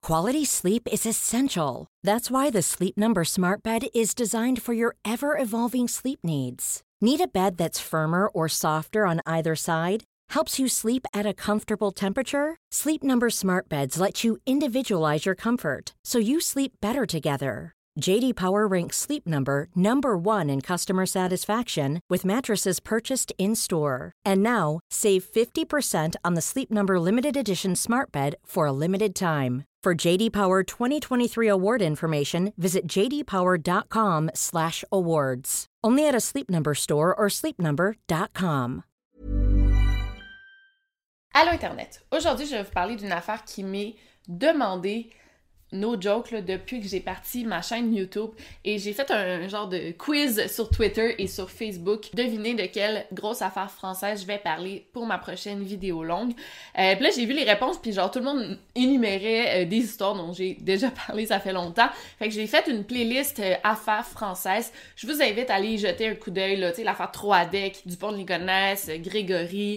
Quality sleep is essential. That's why the Sleep Number Smart Bed is designed for your ever-evolving sleep needs. Need a bed that's firmer or softer on either side? Helps you sleep at a comfortable temperature? Sleep Number Smart Beds let you individualize your comfort, so you sleep better together. J.D. Power ranks Sleep Number number one in customer satisfaction with mattresses purchased in-store. And now, save 50% on the Sleep Number Limited Edition Smart Bed for a limited time. For J.D. Power 2023 award information, visit jdpower.com/awards. Only at a Sleep Number store or sleepnumber.com. Allô Internet! Aujourd'hui, je vais vous parler d'une affaire qui m'est demandée, no joke, là, depuis que j'ai parti ma chaîne YouTube, et j'ai fait un genre de quiz sur Twitter et sur Facebook. Devinez de quelle grosse affaire française je vais parler pour ma prochaine vidéo longue. Puis là, j'ai vu les réponses, puis genre tout le monde énumérait des histoires dont j'ai déjà parlé, ça fait longtemps. Fait que j'ai fait une playlist affaires françaises. Je vous invite à aller y jeter un coup d'œil, là, tu sais, l'affaire Troadec, Dupont de Ligonnès, Grégory,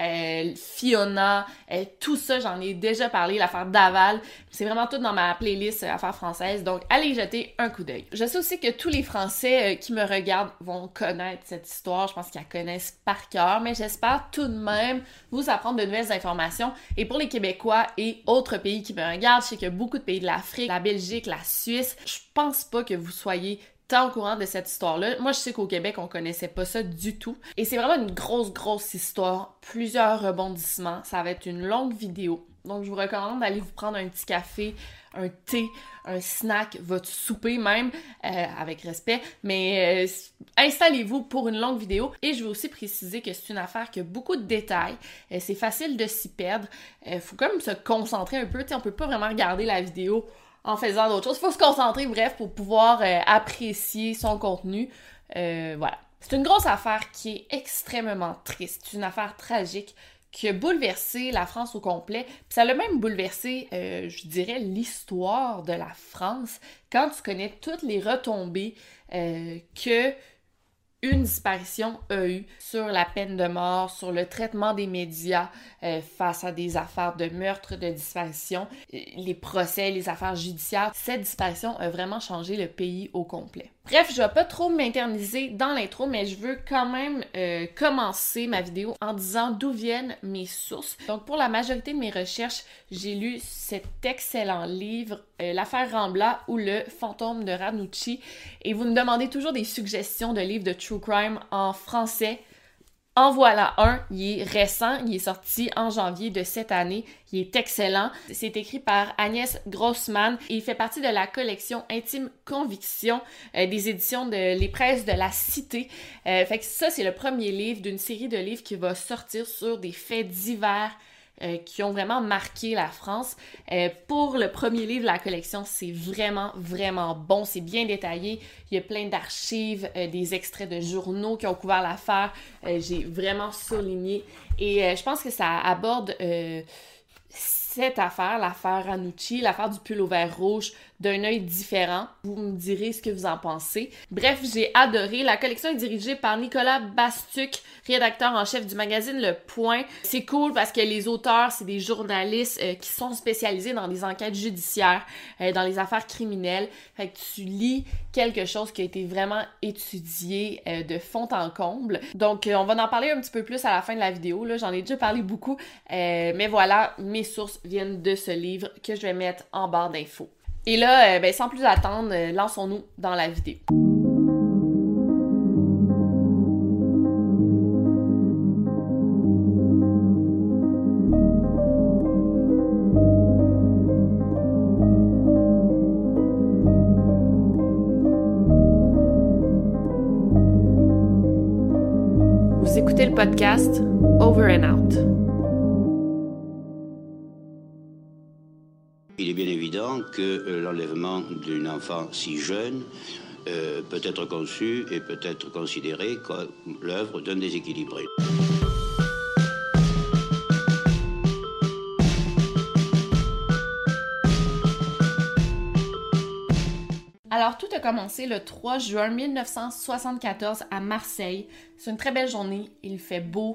Fiona, tout ça, j'en ai déjà parlé, l'affaire Daval. C'est vraiment tout dans ma playlist affaires françaises, donc allez y jeter un coup d'œil. Je sais aussi que tous les Français qui me regardent vont connaître cette histoire, je pense qu'ils la connaissent par cœur, mais j'espère tout de même vous apprendre de nouvelles informations. Et pour les Québécois et autres pays qui me regardent, je sais qu'il y a beaucoup de pays de l'Afrique, la Belgique, la Suisse, je pense pas que vous soyez tant au courant de cette histoire-là. Moi, je sais qu'au Québec, on connaissait pas ça du tout. Et c'est vraiment une grosse histoire, plusieurs rebondissements. Ça va être une longue vidéo. Donc, je vous recommande d'aller vous prendre un petit café, un thé, un snack, votre souper même, avec respect. Mais installez-vous pour une longue vidéo. Et je veux aussi préciser que c'est une affaire qui a beaucoup de détails. C'est facile de s'y perdre. Faut comme se concentrer un peu. T'sais, on peut pas vraiment regarder la vidéo en faisant d'autres choses. Il faut se concentrer, bref, pour pouvoir apprécier son contenu. Voilà. C'est une grosse affaire qui est extrêmement triste. C'est une affaire tragique qui a bouleversé la France au complet. Puis ça a même bouleversé, je dirais, l'histoire de la France quand tu connais toutes les retombées que une disparition a eu sur la peine de mort, sur le traitement des médias face à des affaires de meurtre, de disparition, les procès, les affaires judiciaires. Cette disparition a vraiment changé le pays au complet. Bref, je vais pas trop m'interniser dans l'intro, mais je veux quand même commencer ma vidéo en disant d'où viennent mes sources. Donc, pour la majorité de mes recherches, j'ai lu cet excellent livre, L'affaire Rambla ou Le fantôme de Ranucci. Et vous me demandez toujours des suggestions de livres de true crime en français. En voilà un, il est récent, il est sorti en janvier de cette année, il est excellent. C'est écrit par Agnès Grossman et il fait partie de la collection Intime Conviction des éditions de Les Presses de la Cité. Fait que ça, c'est le premier livre d'une série de livres qui va sortir sur des faits divers qui ont vraiment marqué la France. Pour le premier livre de la collection, c'est vraiment bon, c'est bien détaillé. Il y a plein d'archives, des extraits de journaux qui ont couvert l'affaire. J'ai vraiment souligné. Et je pense que ça aborde cette affaire, l'affaire Ranucci, l'affaire du pull au vert rouge, d'un œil différent. Vous me direz ce que vous en pensez. Bref, j'ai adoré. La collection est dirigée par Nicolas Bastuc, rédacteur en chef du magazine Le Point. C'est cool parce que les auteurs, c'est des journalistes qui sont spécialisés dans des enquêtes judiciaires, dans les affaires criminelles. Fait que tu lis quelque chose qui a été vraiment étudié de fond en comble. Donc, on va en parler un petit peu plus à la fin de la vidéo. Là, j'en ai déjà parlé beaucoup. Mais voilà, mes sources viennent de ce livre que je vais mettre en barre d'infos. Et là, sans plus attendre, lançons-nous dans la vidéo. Vous écoutez le podcast Over and Out. Il est bien évident que l'enlèvement d'une enfant si jeune peut être conçu et peut être considéré comme l'œuvre d'un déséquilibré. Alors, tout a commencé le 3 juin 1974 à Marseille. C'est une très belle journée, il fait beau,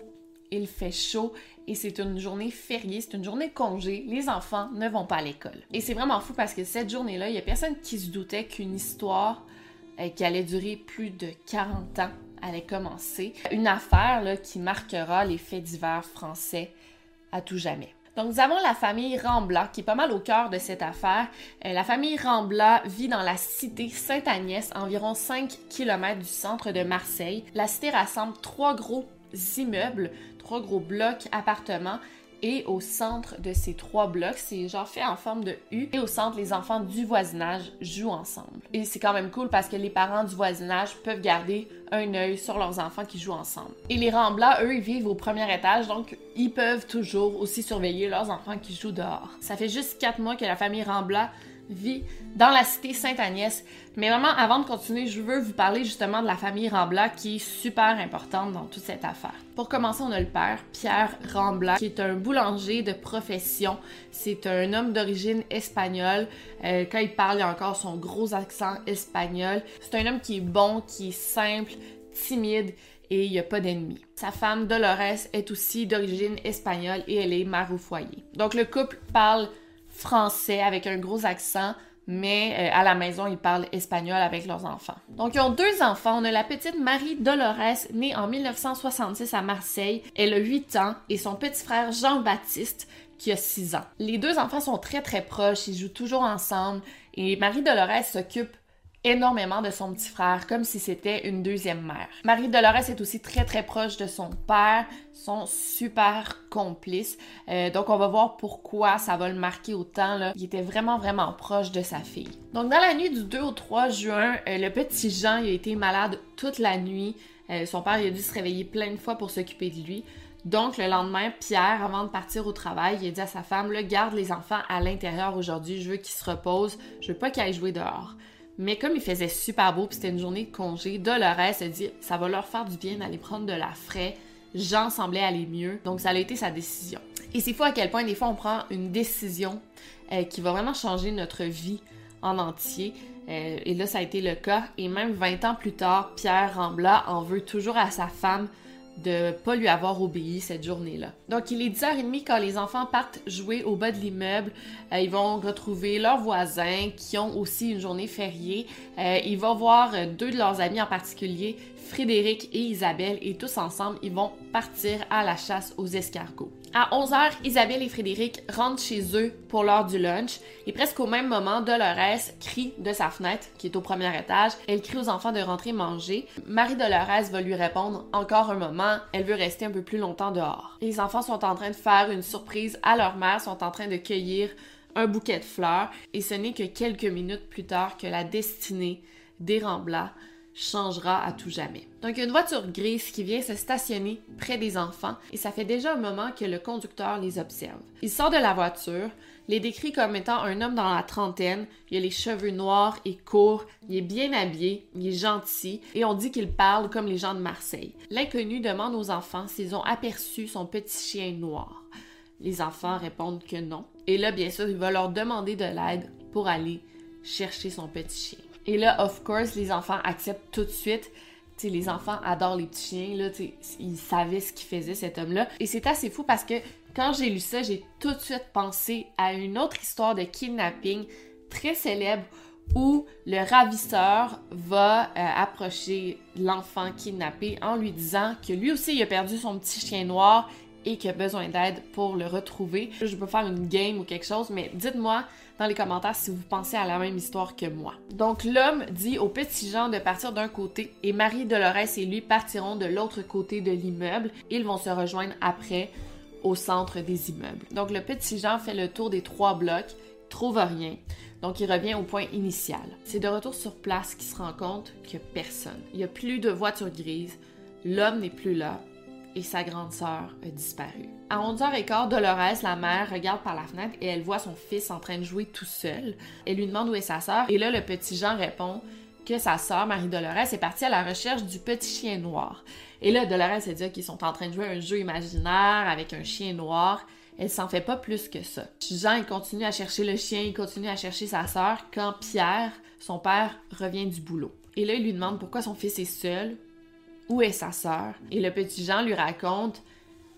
il fait chaud et c'est une journée fériée, c'est une journée de congé. Les enfants ne vont pas à l'école. Et c'est vraiment fou parce que cette journée-là, il y a personne qui se doutait qu'une histoire qui allait durer plus de 40 ans allait commencer. Une affaire là, qui marquera les faits divers français à tout jamais. Donc, nous avons la famille Rambla, qui est pas mal au cœur de cette affaire. La famille Rambla vit dans la cité Sainte-Agnès, à environ 5 km du centre de Marseille. La cité rassemble 3 gros immeubles, 3 gros blocs appartements. Et au centre de ces 3 blocs, c'est genre fait en forme de U. Et au centre, les enfants du voisinage jouent ensemble. Et c'est quand même cool parce que les parents du voisinage peuvent garder un œil sur leurs enfants qui jouent ensemble. Et les Rambla, eux, ils vivent au premier étage, donc ils peuvent toujours aussi surveiller leurs enfants qui jouent dehors. Ça fait juste 4 mois que la famille Rambla vit dans la cité Sainte-Agnès. Mais vraiment, avant de continuer, je veux vous parler justement de la famille Rambla qui est super importante dans toute cette affaire. Pour commencer, on a le père, Pierre Rambla, qui est un boulanger de profession. C'est un homme d'origine espagnole. Quand il parle, il a encore son gros accent espagnol. C'est un homme qui est bon, qui est simple, timide, et il n'y a pas d'ennemis. Sa femme, Dolores, est aussi d'origine espagnole et elle est mère au foyer. Donc le couple parle français avec un gros accent, mais à la maison, ils parlent espagnol avec leurs enfants. Donc, ils ont 2 enfants. On a la petite Marie Dolores, née en 1966 à Marseille. Elle a 8 ans et son petit frère Jean-Baptiste, qui a 6 ans. Les 2 enfants sont très, très proches. Ils jouent toujours ensemble et Marie Dolores s'occupe énormément de son petit frère, comme si c'était une deuxième mère. Marie Dolores est aussi très très proche de son père, sont super complices. Donc on va voir pourquoi ça va le marquer autant, là. Il était vraiment vraiment proche de sa fille. Donc dans la nuit du 2 au 3 juin, le petit Jean il a été malade toute la nuit. Son père il a dû se réveiller plein de fois pour s'occuper de lui. Donc, le lendemain, Pierre, avant de partir au travail, il a dit à sa femme, là, garde les enfants à l'intérieur aujourd'hui, je veux qu'ils se reposent, je veux pas qu'ils aillent jouer dehors. Mais comme il faisait super beau, puis c'était une journée de congé, Dolores a dit ça va leur faire du bien d'aller prendre de l'air frais. Jean semblait aller mieux, donc ça a été sa décision. Et c'est fou à quel point des fois on prend une décision qui va vraiment changer notre vie en entier. Et là, ça a été le cas. Et même 20 ans plus tard, Pierre Rambla en veut toujours à sa femme de pas lui avoir obéi cette journée-là. Donc, il est 10h30 quand les enfants partent jouer au bas de l'immeuble. Ils vont retrouver leurs voisins qui ont aussi une journée fériée. Ils vont voir 2 de leurs amis en particulier, Frédéric et Isabelle, et tous ensemble, ils vont partir à la chasse aux escargots. À 11h, Isabelle et Frédéric rentrent chez eux pour l'heure du lunch et presque au même moment, Dolores crie de sa fenêtre, qui est au premier étage. Elle crie aux enfants de rentrer manger. Marie-Dolores va lui répondre encore un moment, elle veut rester un peu plus longtemps dehors. Les enfants sont en train de faire une surprise à leur mère, sont en train de cueillir un bouquet de fleurs et ce n'est que quelques minutes plus tard que la destinée des Rambla changera à tout jamais. Donc, il y a une voiture grise qui vient se stationner près des enfants et ça fait déjà un moment que le conducteur les observe. Il sort de la voiture, les décrit comme étant un homme dans la trentaine, il a les cheveux noirs et courts, il est bien habillé, il est gentil et on dit qu'il parle comme les gens de Marseille. L'inconnu demande aux enfants s'ils ont aperçu son petit chien noir. Les enfants répondent que non. Et là, bien sûr, il va leur demander de l'aide pour aller chercher son petit chien. Et là, of course, les enfants acceptent tout de suite. T'sais, les enfants adorent les petits chiens, là, ils savaient ce qu'il faisait, cet homme-là. Et c'est assez fou parce que quand j'ai lu ça, j'ai tout de suite pensé à une autre histoire de kidnapping très célèbre où le ravisseur va approcher l'enfant kidnappé en lui disant que lui aussi, il a perdu son petit chien noir et qu'il a besoin d'aide pour le retrouver. Je peux faire une game ou quelque chose, mais dites-moi dans les commentaires si vous pensez à la même histoire que moi. Donc l'homme dit au petit Jean de partir d'un côté et Marie-Dolores et lui partiront de l'autre côté de l'immeuble. Ils vont se rejoindre après au centre des immeubles. Donc le petit Jean fait le tour des 3 blocs, trouve rien. Donc il revient au point initial. C'est de retour sur place qu'il se rend compte qu'il n'y a personne. Il n'y a plus de voiture grise, l'homme n'est plus là. Et sa grande sœur a disparu. À 11h15, Dolores, la mère, regarde par la fenêtre et elle voit son fils en train de jouer tout seul. Elle lui demande où est sa sœur et là, le petit Jean répond que sa sœur, Marie-Dolores, est partie à la recherche du petit chien noir. Et là, Dolores, elle dit qu'ils sont en train de jouer à un jeu imaginaire avec un chien noir. Elle s'en fait pas plus que ça. Jean, il continue à chercher le chien, il continue à chercher sa sœur quand Pierre, son père, revient du boulot. Et là, il lui demande pourquoi son fils est seul. Où est sa sœur? Et le petit Jean lui raconte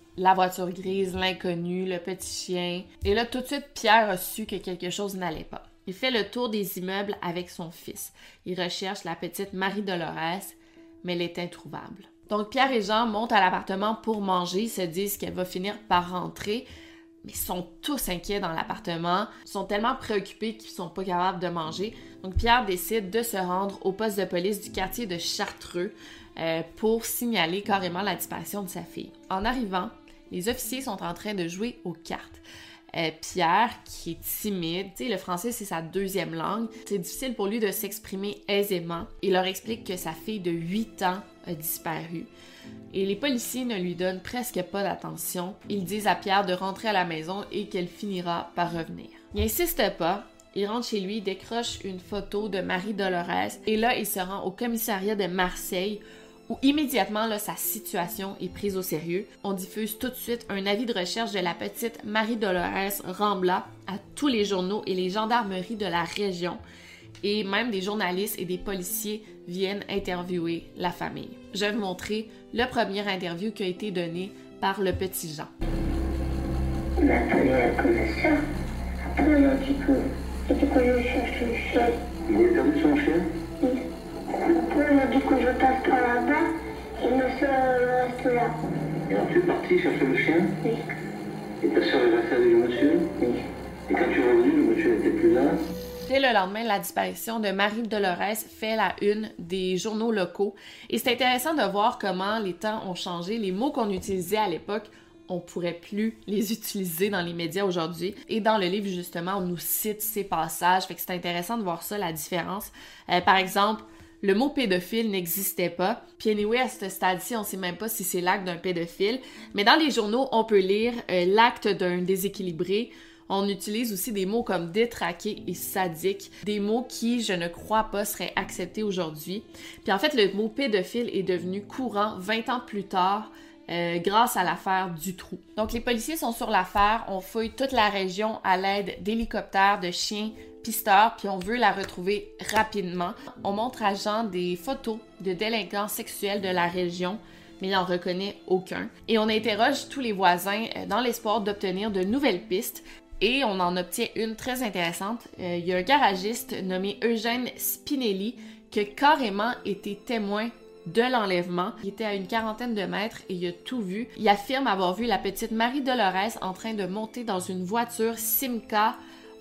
la voiture grise, l'inconnu, le petit chien. Et là, tout de suite, Pierre a su que quelque chose n'allait pas. Il fait le tour des immeubles avec son fils. Il recherche la petite Marie-Dolores, mais elle est introuvable. Donc, Pierre et Jean montent à l'appartement pour manger. Ils se disent qu'elle va finir par rentrer, mais ils sont tous inquiets dans l'appartement. Ils sont tellement préoccupés qu'ils ne sont pas capables de manger. Donc, Pierre décide de se rendre au poste de police du quartier de Chartreux pour signaler carrément la disparition de sa fille. En arrivant, les officiers sont en train de jouer aux cartes. Pierre, qui est timide, tu sais, le français c'est sa deuxième langue, c'est difficile pour lui de s'exprimer aisément. Il leur explique que sa fille de 8 ans a disparu. Et les policiers ne lui donnent presque pas d'attention. Ils disent à Pierre de rentrer à la maison et qu'elle finira par revenir. Il n'insiste pas. Il rentre chez lui, décroche une photo de Marie-Dolores et là, il se rend au commissariat de Marseille où immédiatement, là, sa situation est prise au sérieux. On diffuse tout de suite un avis de recherche de la petite Marie-Dolores Rambla à tous les journaux et les gendarmeries de la région. Et même des journalistes et des policiers viennent interviewer la famille. Je vais vous montrer le premier interview qui a été donné par le petit Jean. On a appelé la commissaire. Après, on a dit que c'était que je cherche le chien. Il a perdu son chien? Oui. Après, on a dit que je passe par là-bas et ma soeur reste là. Et alors tu es parti chercher le chien? Oui. Et ta soeur est restée avec le monsieur? Oui. Et quand tu es revenu, le monsieur n'était plus là? Dès le lendemain, la disparition de Marie-Dolores fait la une des journaux locaux. Et c'est intéressant de voir comment les temps ont changé. Les mots qu'on utilisait à l'époque, on pourrait plus les utiliser dans les médias aujourd'hui. Et dans le livre, justement, on nous cite ces passages. Fait que c'est intéressant de voir ça, la différence. Par exemple, le mot pédophile n'existait pas. Puis anyway, à ce stade-ci, on sait même pas si c'est l'acte d'un pédophile. Mais dans les journaux, on peut lire l'acte d'un déséquilibré. On utilise aussi des mots comme détraqué et sadique, des mots qui, je ne crois pas, seraient acceptés aujourd'hui. Puis en fait, le mot pédophile est devenu courant 20 ans plus tard grâce à l'affaire Dutroux. Donc les policiers sont sur l'affaire, on fouille toute la région à l'aide d'hélicoptères, de chiens pisteurs, puis on veut la retrouver rapidement. On montre à Jean des photos de délinquants sexuels de la région, mais il n'en reconnaît aucun. Et on interroge tous les voisins dans l'espoir d'obtenir de nouvelles pistes. Et on en obtient une très intéressante. Il y a un garagiste nommé Eugène Spinelli qui a carrément été témoin de l'enlèvement. Il était à une quarantaine de mètres et il a tout vu. Il affirme avoir vu la petite Marie-Dolores en train de monter dans une voiture Simca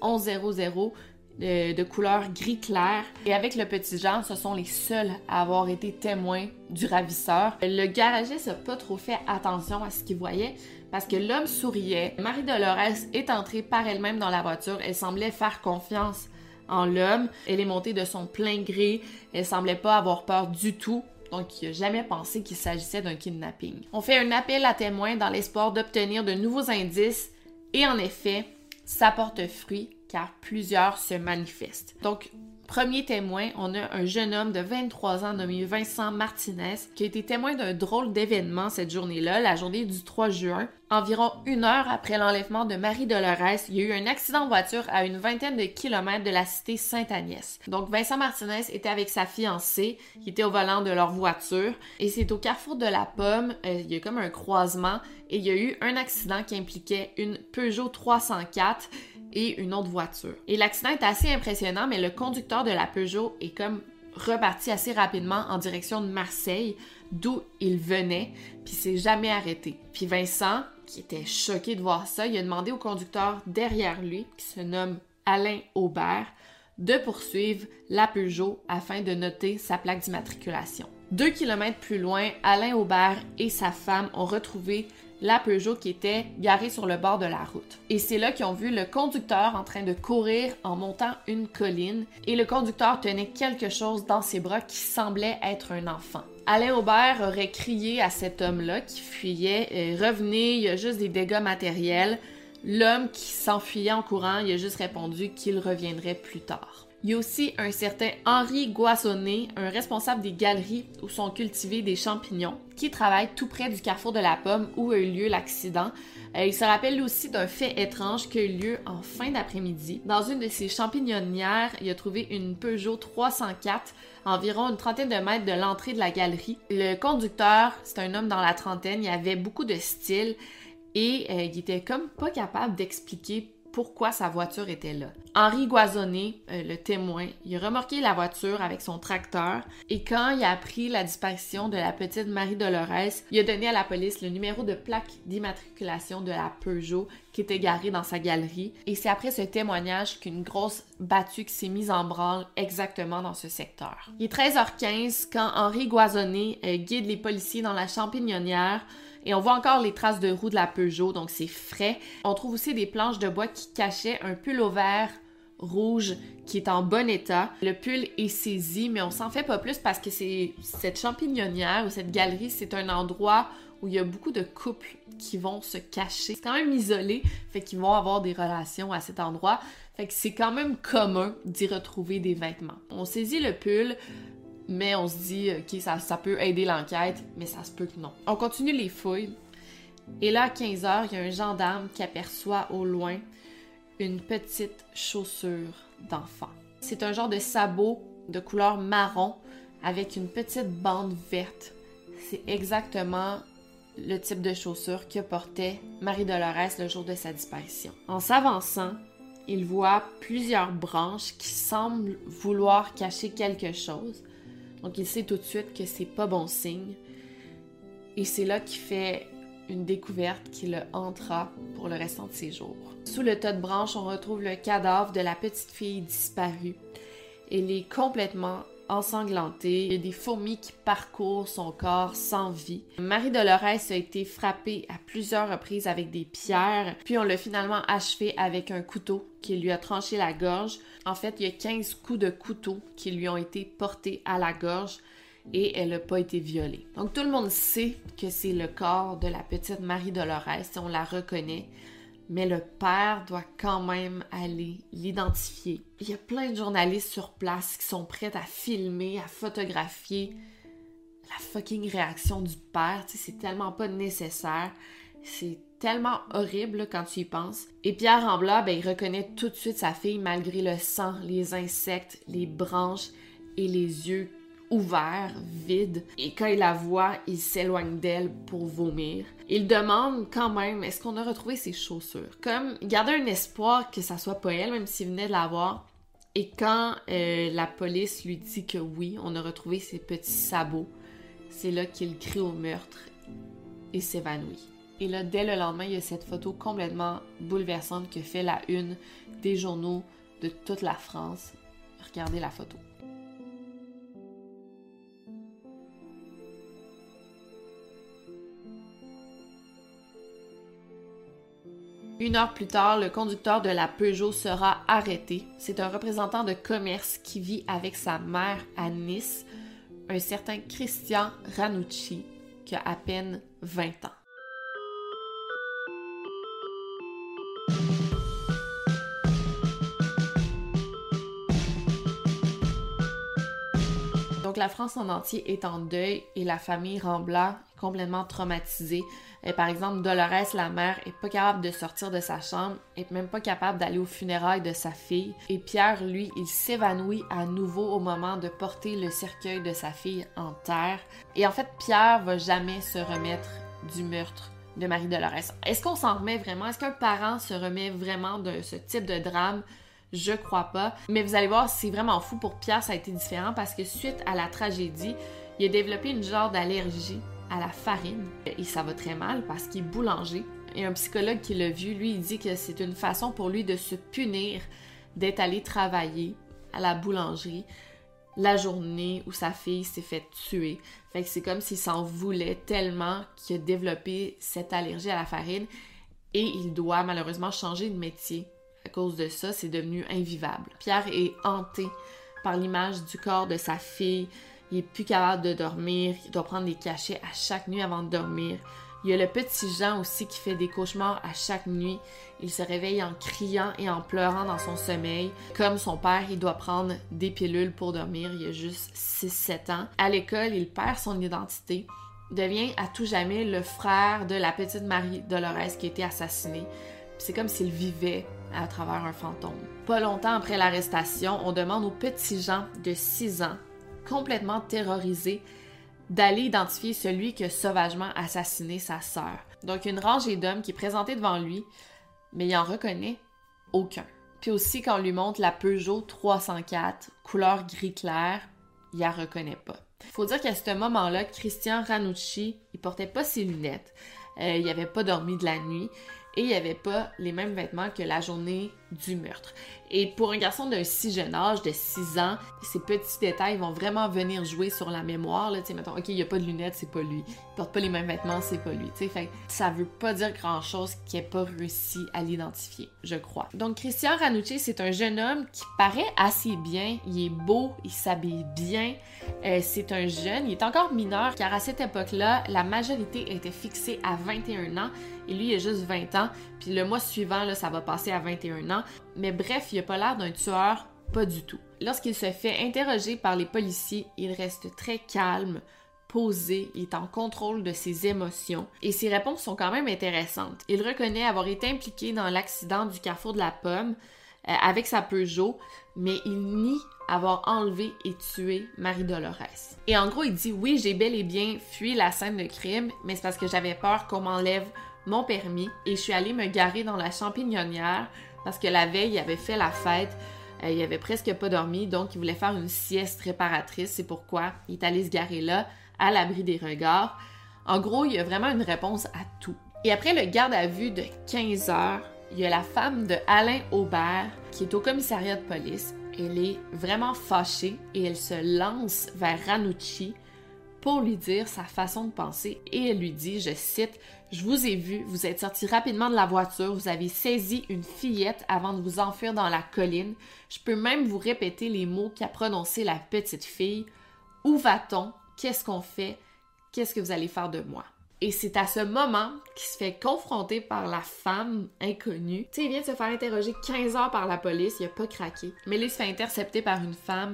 1100 de couleur gris clair. Et avec le petit Jean, ce sont les seuls à avoir été témoins du ravisseur. Le garagiste n'a pas trop fait attention à ce qu'il voyait parce que l'homme souriait. Marie-Dolores est entrée par elle-même dans la voiture. Elle semblait faire confiance en l'homme. Elle est montée de son plein gré. Elle semblait pas avoir peur du tout. Donc, il n'a jamais pensé qu'il s'agissait d'un kidnapping. On fait un appel à témoins dans l'espoir d'obtenir de nouveaux indices. Et en effet, ça porte fruit car plusieurs se manifestent. Donc, premier témoin, on a un jeune homme de 23 ans nommé Vincent Martinez qui a été témoin d'un drôle d'événement cette journée-là, la journée du 3 juin. Environ 1 heure après l'enlèvement de Marie-Dolores, il y a eu un accident de voiture à une vingtaine de kilomètres de la cité Sainte-Agnès. Donc Vincent Martinez était avec sa fiancée, qui était au volant de leur voiture, et c'est au carrefour de la Pomme, il y a comme un croisement, et il y a eu un accident qui impliquait une Peugeot 304 et une autre voiture. Et l'accident est assez impressionnant, mais le conducteur de la Peugeot est comme reparti assez rapidement en direction de Marseille, d'où il venait, puis s'est jamais arrêté. Puis Vincent, qui était choqué de voir ça, il a demandé au conducteur derrière lui, qui se nomme Alain Aubert, de poursuivre la Peugeot afin de noter sa plaque d'immatriculation. 2 kilomètres plus loin, Alain Aubert et sa femme ont retrouvé la Peugeot qui était garée sur le bord de la route. Et c'est là qu'ils ont vu le conducteur en train de courir en montant une colline et le conducteur tenait quelque chose dans ses bras qui semblait être un enfant. Alain Aubert aurait crié à cet homme-là qui fuyait « Revenez, il y a juste des dégâts matériels ». L'homme qui s'enfuyait en courant, il a juste répondu qu'il reviendrait plus tard. Il y a aussi un certain Henri Goissonnet, un responsable des galeries où sont cultivés des champignons, qui travaille tout près du carrefour de la Pomme où a eu lieu l'accident. Il se rappelle lui aussi d'un fait étrange qui a eu lieu en fin d'après-midi. Dans une de ses champignonnières, il a trouvé une Peugeot 304, à environ une trentaine de mètres de l'entrée de la galerie. Le conducteur, c'est un homme dans la trentaine, il avait beaucoup de style et il était comme pas capable d'expliquer pourquoi sa voiture était là. Henri Goissonnet, le témoin, il a remorqué la voiture avec son tracteur et quand il a appris la disparition de la petite Marie-Dolores, il a donné à la police le numéro de plaque d'immatriculation de la Peugeot qui était garée dans sa galerie. Et c'est après ce témoignage qu'une grosse battue qui s'est mise en branle exactement dans ce secteur. Il est 13h15 quand Henri Goissonnet guide les policiers dans la champignonnière. Et on voit encore les traces de roues de la Peugeot, donc c'est frais. On trouve aussi des planches de bois qui cachaient un pullover rouge qui est en bon état. Le pull est saisi, mais on s'en fait pas plus parce que c'est cette champignonnière ou cette galerie, c'est un endroit où il y a beaucoup de couples qui vont se cacher. C'est quand même isolé, fait qu'ils vont avoir des relations à cet endroit. Fait que c'est quand même commun d'y retrouver des vêtements. On saisit le pull, mais on se dit, OK, ça peut aider l'enquête, mais ça se peut que non. On continue les fouilles. Et là, à 15h, il y a un gendarme qui aperçoit au loin une petite chaussure d'enfant. C'est un genre de sabot de couleur marron avec une petite bande verte. C'est exactement le type de chaussure que portait Marie-Dolores le jour de sa disparition. En s'avançant, il voit plusieurs branches qui semblent vouloir cacher quelque chose. Donc, il sait tout de suite que c'est pas bon signe. Et c'est là qu'il fait une découverte qui le hantera pour le restant de ses jours. Sous le tas de branches, on retrouve le cadavre de la petite fille disparue. Elle est complètement ensanglantée. Il y a des fourmis qui parcourent son corps sans vie. Marie-Dolores a été frappée à plusieurs reprises avec des pierres, puis on l'a finalement achevée avec un couteau qui lui a tranché la gorge. En fait, il y a 15 coups de couteau qui lui ont été portés à la gorge et elle n'a pas été violée. Donc tout le monde sait que c'est le corps de la petite Marie-Dolores, on la reconnaît. Mais le père doit quand même aller l'identifier. Il y a plein de journalistes sur place qui sont prêts à filmer, à photographier la fucking réaction du père. Tu sais, c'est tellement pas nécessaire. C'est tellement horrible quand tu y penses. Et Pierre Rambla, il reconnaît tout de suite sa fille malgré le sang, les insectes, les branches et les yeux ouverts, vides. Et quand il la voit, il s'éloigne d'elle pour vomir. Il demande quand même, est-ce qu'on a retrouvé ses chaussures? Comme, il gardait un espoir que ça soit pas elle, même s'il venait de la voir. Et quand la police lui dit que oui, on a retrouvé ses petits sabots, c'est là qu'il crie au meurtre et s'évanouit. Et là, dès le lendemain, il y a cette photo complètement bouleversante qui fait la une des journaux de toute la France. Regardez la photo. Une heure plus tard, le conducteur de la Peugeot sera arrêté. C'est un représentant de commerce qui vit avec sa mère à Nice, un certain Christian Ranucci, qui a à peine 20 ans. Donc la France en entier est en deuil et la famille Rambla est complètement traumatisée. Par exemple, Dolores, la mère, est pas capable de sortir de sa chambre, est même pas capable d'aller aux funérailles de sa fille. Et Pierre, lui, il s'évanouit à nouveau au moment de porter le cercueil de sa fille en terre. Et en fait, Pierre va jamais se remettre du meurtre de Marie-Dolores. Est-ce qu'on s'en remet vraiment? Est-ce qu'un parent se remet vraiment de ce type de drame? Je crois pas. Mais vous allez voir, c'est vraiment fou. Pour Pierre, ça a été différent parce que suite à la tragédie, il a développé une genre d'allergie à la farine. Et ça va très mal parce qu'il est boulanger. Et un psychologue qui l'a vu, lui, il dit que c'est une façon pour lui de se punir d'être allé travailler à la boulangerie la journée où sa fille s'est fait tuer. Fait que c'est comme s'il s'en voulait tellement qu'il a développé cette allergie à la farine et il doit malheureusement changer de métier. À cause de ça, c'est devenu invivable. Pierre est hanté par l'image du corps de sa fille. Il est plus capable de dormir. Il doit prendre des cachets à chaque nuit avant de dormir. Il y a le petit Jean aussi qui fait des cauchemars à chaque nuit. Il se réveille en criant et en pleurant dans son sommeil. Comme son père, il doit prendre des pilules pour dormir. Il a juste 6-7 ans. À l'école, il perd son identité. Devient à tout jamais le frère de la petite Marie-Dolores qui a été assassinée. Puis c'est comme s'il vivait à travers un fantôme. Pas longtemps après l'arrestation, on demande au petit Jean de 6 ans, complètement terrorisé, d'aller identifier celui qui a sauvagement assassiné sa sœur. Donc une rangée d'hommes qui est présentée devant lui, mais il en reconnaît aucun. Puis aussi, quand on lui montre la Peugeot 304, couleur gris clair, il la reconnaît pas. Faut dire qu'à ce moment-là, Christian Ranucci, il portait pas ses lunettes, il avait pas dormi de la nuit, et il avait pas les mêmes vêtements que la journée du meurtre. Et pour un garçon d'un si jeune âge, de 6 ans, ces petits détails vont vraiment venir jouer sur la mémoire. Tu sais, mettons, OK, il n'y a pas de lunettes, c'est pas lui. Il porte pas les mêmes vêtements, c'est pas lui. Tu sais, fait ça veut pas dire grand-chose qu'il n'ait pas réussi à l'identifier, je crois. Donc, Christian Ranucci, c'est un jeune homme qui paraît assez bien. Il est beau, il s'habille bien. C'est un jeune, il est encore mineur, car à cette époque-là, la majorité était fixée à 21 ans. Et lui, il a juste 20 ans. Puis le mois suivant, là, ça va passer à 21 ans. Mais bref, il n'a pas l'air d'un tueur, pas du tout. Lorsqu'il se fait interroger par les policiers, il reste très calme, posé, il est en contrôle de ses émotions. Et ses réponses sont quand même intéressantes. Il reconnaît avoir été impliqué dans l'accident du carrefour de la Pomme avec sa Peugeot, mais il nie avoir enlevé et tué Marie-Dolores. Et en gros, il dit « Oui, j'ai bel et bien fui la scène de crime, mais c'est parce que j'avais peur qu'on m'enlève mon permis et je suis allée me garer dans la champignonnière parce que la veille, il avait fait la fête, il avait presque pas dormi, donc il voulait faire une sieste réparatrice. C'est pourquoi il est allé se garer là, à l'abri des regards. » En gros, il y a vraiment une réponse à tout. Et après le garde à vue de 15 heures, il y a la femme de Alain Aubert qui est au commissariat de police. Elle est vraiment fâchée et elle se lance vers Ranucci pour lui dire sa façon de penser et elle lui dit, je cite, « Je vous ai vu, vous êtes sorti rapidement de la voiture, vous avez saisi une fillette avant de vous enfuir dans la colline. Je peux même vous répéter les mots qu'a prononcé la petite fille. Où va-t-on? Qu'est-ce qu'on fait? Qu'est-ce que vous allez faire de moi? » Et c'est à ce moment qu'il se fait confronter par la femme inconnue. Tu sais, il vient de se faire interroger 15 heures par la police, il a pas craqué. Mais là, il se fait intercepter par une femme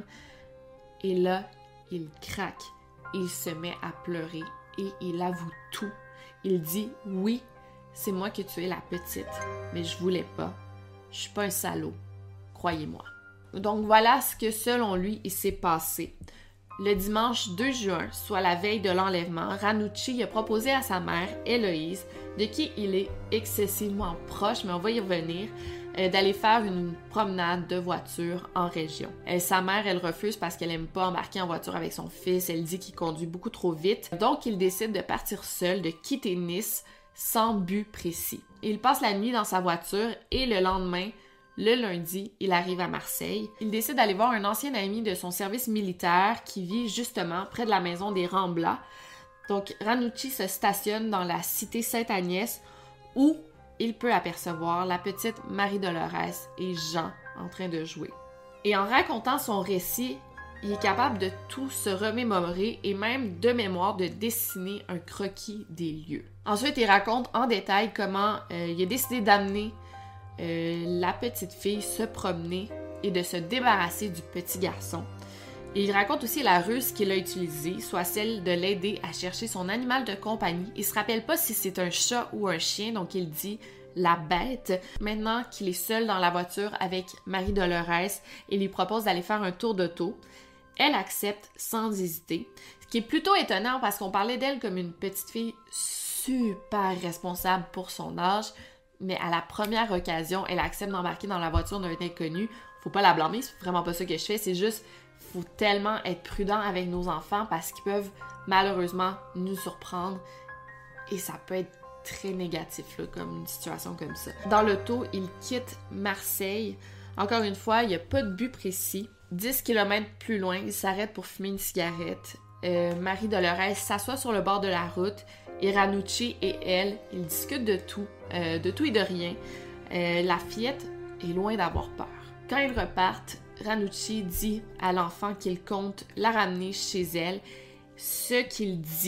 et là, il craque. Il se met à pleurer et il avoue tout. Il dit « Oui, c'est moi qui ai tué la petite, mais je voulais pas. Je suis pas un salaud. Croyez-moi. » Donc voilà ce que selon lui, il s'est passé. Le dimanche 2 juin, soit la veille de l'enlèvement, Ranucci a proposé à sa mère, Héloïse, de qui il est excessivement proche, mais on va y revenir, d'aller faire une promenade de voiture en région. Sa mère, elle refuse parce qu'elle aime pas embarquer en voiture avec son fils. Elle dit qu'il conduit beaucoup trop vite. Donc, il décide de partir seul, de quitter Nice sans but précis. Il passe la nuit dans sa voiture et le lendemain, le lundi, il arrive à Marseille. Il décide d'aller voir un ancien ami de son service militaire qui vit justement près de la maison des Ramblas. Donc, Ranucci se stationne dans la cité Sainte-Agnès où il peut apercevoir la petite Marie-Dolores et Jean en train de jouer. Et en racontant son récit, il est capable de tout se remémorer et même de mémoire de dessiner un croquis des lieux. Ensuite, il raconte en détail comment il a décidé d'amener la petite fille se promener et de se débarrasser du petit garçon. Et il raconte aussi la ruse qu'il a utilisée, soit celle de l'aider à chercher son animal de compagnie. Il se rappelle pas si c'est un chat ou un chien, donc il dit la bête. Maintenant qu'il est seul dans la voiture avec Marie-Dolores, il lui propose d'aller faire un tour d'auto. Elle accepte sans hésiter, ce qui est plutôt étonnant parce qu'on parlait d'elle comme une petite fille super responsable pour son âge, mais à la première occasion, elle accepte d'embarquer dans la voiture d'un inconnu. Faut pas la blâmer, c'est vraiment pas ça que je fais, c'est juste faut tellement être prudent avec nos enfants parce qu'ils peuvent malheureusement nous surprendre et ça peut être très négatif là, comme une situation comme ça. Dans l'auto, il quitte Marseille. Encore une fois, il n'y a pas de but précis. 10 km plus loin, il s'arrête pour fumer une cigarette. Marie-Dolores s'assoit sur le bord de la route et Ranucci et elle, ils discutent de tout et de rien. La fillette est loin d'avoir peur. Quand ils repartent, Ranucci dit à l'enfant qu'il compte la ramener chez elle, ce qu'il dit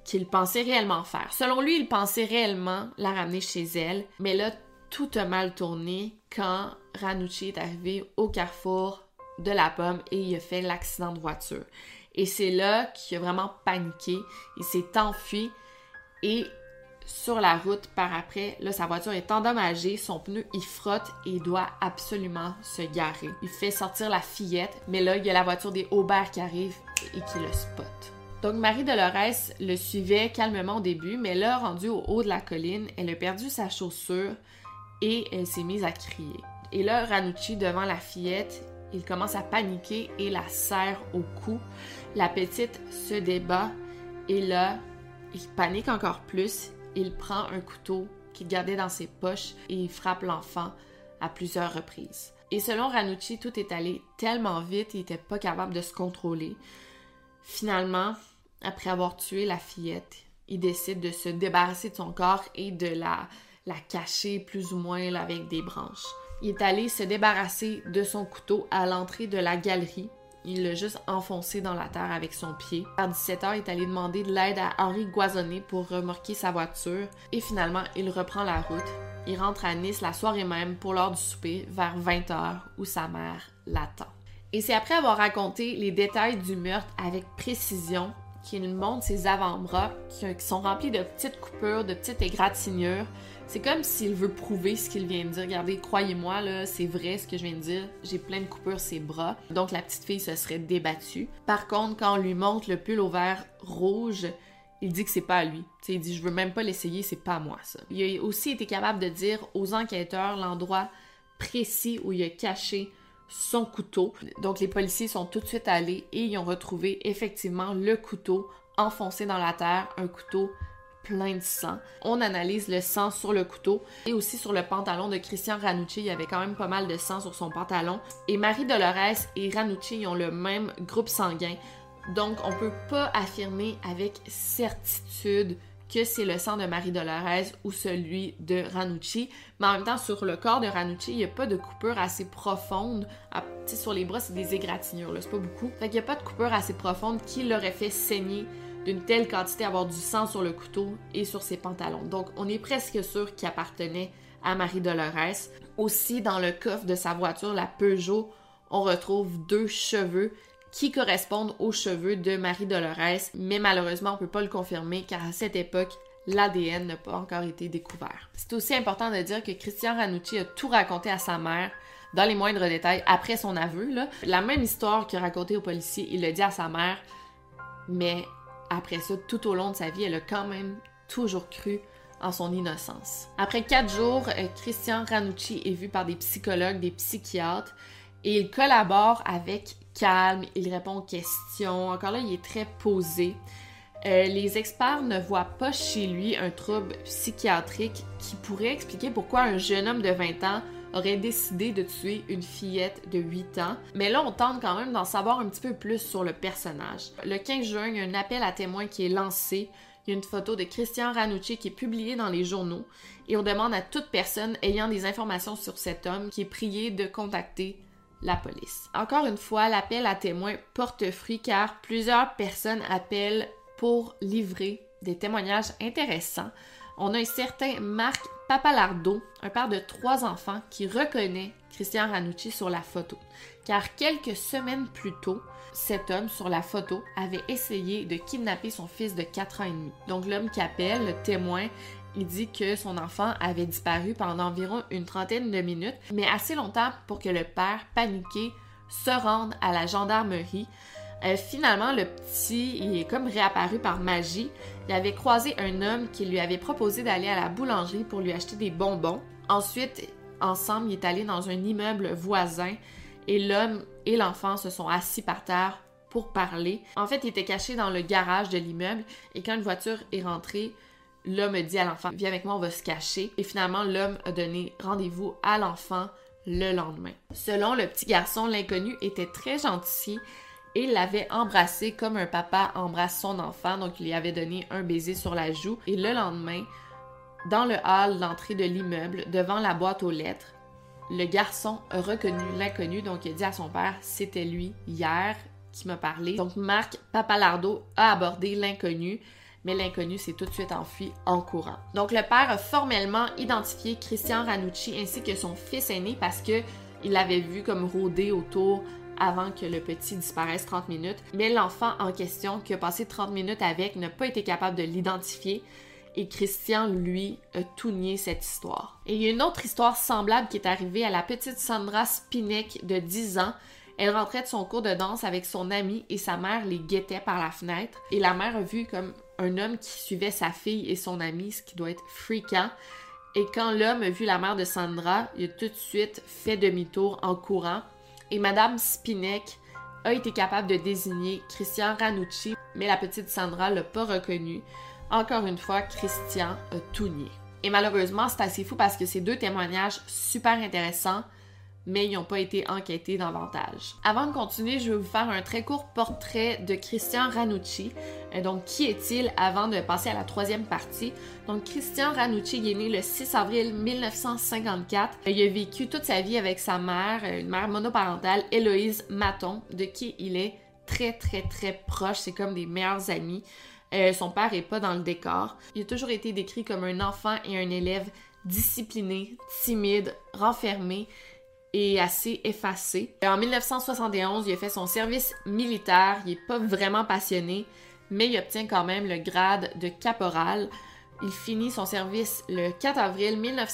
qu'il pensait réellement faire. Selon lui, il pensait réellement la ramener chez elle, mais là, tout a mal tourné quand Ranucci est arrivé au carrefour de la Pomme et il a fait l'accident de voiture. Et c'est là qu'il a vraiment paniqué, il s'est enfui et sur la route par après, là, sa voiture est endommagée, son pneu, il frotte et il doit absolument se garer. Il fait sortir la fillette, mais là, il y a la voiture des Aubert qui arrive et qui le spot. Donc, Marie-Dolores le suivait calmement au début, mais là, rendue au haut de la colline, elle a perdu sa chaussure et elle s'est mise à crier. Et là, Ranucci, devant la fillette, il commence à paniquer et la serre au cou. La petite se débat et là, il panique encore plus. Il prend un couteau qu'il gardait dans ses poches et il frappe l'enfant à plusieurs reprises. Et selon Ranucci, tout est allé tellement vite, il n'était pas capable de se contrôler. Finalement, après avoir tué la fillette, il décide de se débarrasser de son corps et de la cacher plus ou moins là, avec des branches. Il est allé se débarrasser de son couteau à l'entrée de la galerie. Il l'a juste enfoncé dans la terre avec son pied. Vers 17h, il est allé demander de l'aide à Henri Goisonnet pour remorquer sa voiture. Et finalement, il reprend la route. Il rentre à Nice la soirée même pour l'heure du souper, vers 20h, où sa mère l'attend. Et c'est après avoir raconté les détails du meurtre avec précision qu'il montre ses avant-bras qui sont remplis de petites coupures, de petites égratignures. C'est comme s'il veut prouver ce qu'il vient de dire. Regardez, croyez-moi, là, c'est vrai ce que je viens de dire. J'ai plein de coupures ses bras. Donc, la petite fille se serait débattue. Par contre, quand on lui montre le pull au vert rouge, il dit que c'est pas à lui. T'sais, il dit « Je veux même pas l'essayer, c'est pas à moi, ça. » Il a aussi été capable de dire aux enquêteurs l'endroit précis où il a caché son couteau. Donc, les policiers sont tout de suite allés et ils ont retrouvé effectivement le couteau enfoncé dans la terre, un couteau plein de sang. On analyse le sang sur le couteau et aussi sur le pantalon de Christian Ranucci. Il y avait quand même pas mal de sang sur son pantalon. Et Marie-Dolores et Ranucci ont le même groupe sanguin. Donc, on peut pas affirmer avec certitude que c'est le sang de Marie-Dolores ou celui de Ranucci. Mais en même temps, sur le corps de Ranucci, il n'y a pas de coupure assez profonde. Sur les bras, c'est des égratignures, là, c'est pas beaucoup. Fait qu'il n'y a pas de coupure assez profonde qui l'aurait fait saigner d'une telle quantité, avoir du sang sur le couteau et sur ses pantalons. Donc, on est presque sûr qu'il appartenait à Marie-Dolores. Aussi, dans le coffre de sa voiture, la Peugeot, on retrouve 2 cheveux qui correspondent aux cheveux de Marie-Dolores, mais malheureusement, on ne peut pas le confirmer car à cette époque, l'ADN n'a pas encore été découvert. C'est aussi important de dire que Christian Ranucci a tout raconté à sa mère dans les moindres détails après son aveu. Là. La même histoire qu'il a racontée aux policiers, il l'a dit à sa mère, mais après ça, tout au long de sa vie, elle a quand même toujours cru en son innocence. Après 4 jours, Christian Ranucci est vu par des psychologues, des psychiatres, et il collabore avec calme, il répond aux questions. Encore là, il est très posé. Les experts ne voient pas chez lui un trouble psychiatrique qui pourrait expliquer pourquoi un jeune homme de 20 ans aurait décidé de tuer une fillette de 8 ans. Mais là, on tente quand même d'en savoir un petit peu plus sur le personnage. Le 15 juin, il y a un appel à témoins qui est lancé. Il y a une photo de Christian Ranucci qui est publiée dans les journaux et on demande à toute personne ayant des informations sur cet homme qui est prié de contacter la police. Encore une fois, l'appel à témoins porte fruit car plusieurs personnes appellent pour livrer des témoignages intéressants. On a un certain Marc Papalardo, un père de 3 enfants, qui reconnaît Christian Ranucci sur la photo. Car quelques semaines plus tôt, cet homme sur la photo avait essayé de kidnapper son fils de 4 ans et demi. Donc l'homme qui appelle, le témoin, il dit que son enfant avait disparu pendant environ une trentaine de minutes, mais assez longtemps pour que le père, paniqué, se rende à la gendarmerie. Finalement, le petit, il est comme réapparu par magie. Il avait croisé un homme qui lui avait proposé d'aller à la boulangerie pour lui acheter des bonbons. Ensuite, ensemble, il est allé dans un immeuble voisin et l'homme et l'enfant se sont assis par terre pour parler. En fait, il était caché dans le garage de l'immeuble et quand une voiture est rentrée, l'homme a dit à l'enfant « Viens avec moi, on va se cacher ». Et finalement, l'homme a donné rendez-vous à l'enfant le lendemain. Selon le petit garçon, l'inconnu était très gentil et l'avait embrassé comme un papa embrasse son enfant. Donc, il lui avait donné un baiser sur la joue. Et le lendemain, dans le hall d'entrée de l'immeuble, devant la boîte aux lettres, le garçon a reconnu l'inconnu. Donc, il a dit à son père « C'était lui hier qui m'a parlé ». Donc, Marc Papalardo a abordé l'inconnu. mais l'inconnu s'est tout de suite enfui en courant. Donc le père a formellement identifié Christian Ranucci ainsi que son fils aîné parce que il l'avait vu comme rôder autour avant que le petit disparaisse 30 minutes, mais l'enfant en question qui a passé 30 minutes avec n'a pas été capable de l'identifier et Christian, lui, a tout nié cette histoire. Et il y a une autre histoire semblable qui est arrivée à la petite Sandra Spinek de 10 ans. Elle rentrait de son cours de danse avec son amie et sa mère les guettait par la fenêtre. Et la mère a vu comme un homme qui suivait sa fille et son amie, ce qui doit être fréquent. Et quand l'homme a vu la mère de Sandra, il a tout de suite fait demi-tour en courant. Et Madame Spinek a été capable de désigner Christian Ranucci, mais la petite Sandra l'a pas reconnu. Encore une fois, Christian a tout nié. Et malheureusement, c'est assez fou parce que c'est 2 témoignages super intéressants, mais ils n'ont pas été enquêtés davantage. Avant de continuer, je vais vous faire un très court portrait de Christian Ranucci. Donc, qui est-il avant de passer à la 3e partie? Donc, Christian Ranucci est né le 6 avril 1954. Il a vécu toute sa vie avec sa mère, une mère monoparentale, Héloïse Maton, de qui il est très, très, très proche. C'est comme des meilleurs amis. Son père n'est pas dans le décor. Il a toujours été décrit comme un enfant et un élève discipliné, timide, renfermé et assez effacé. En 1971, il a fait son service militaire. Il n'est pas vraiment passionné, mais il obtient quand même le grade de caporal. Il finit son service le 4 avril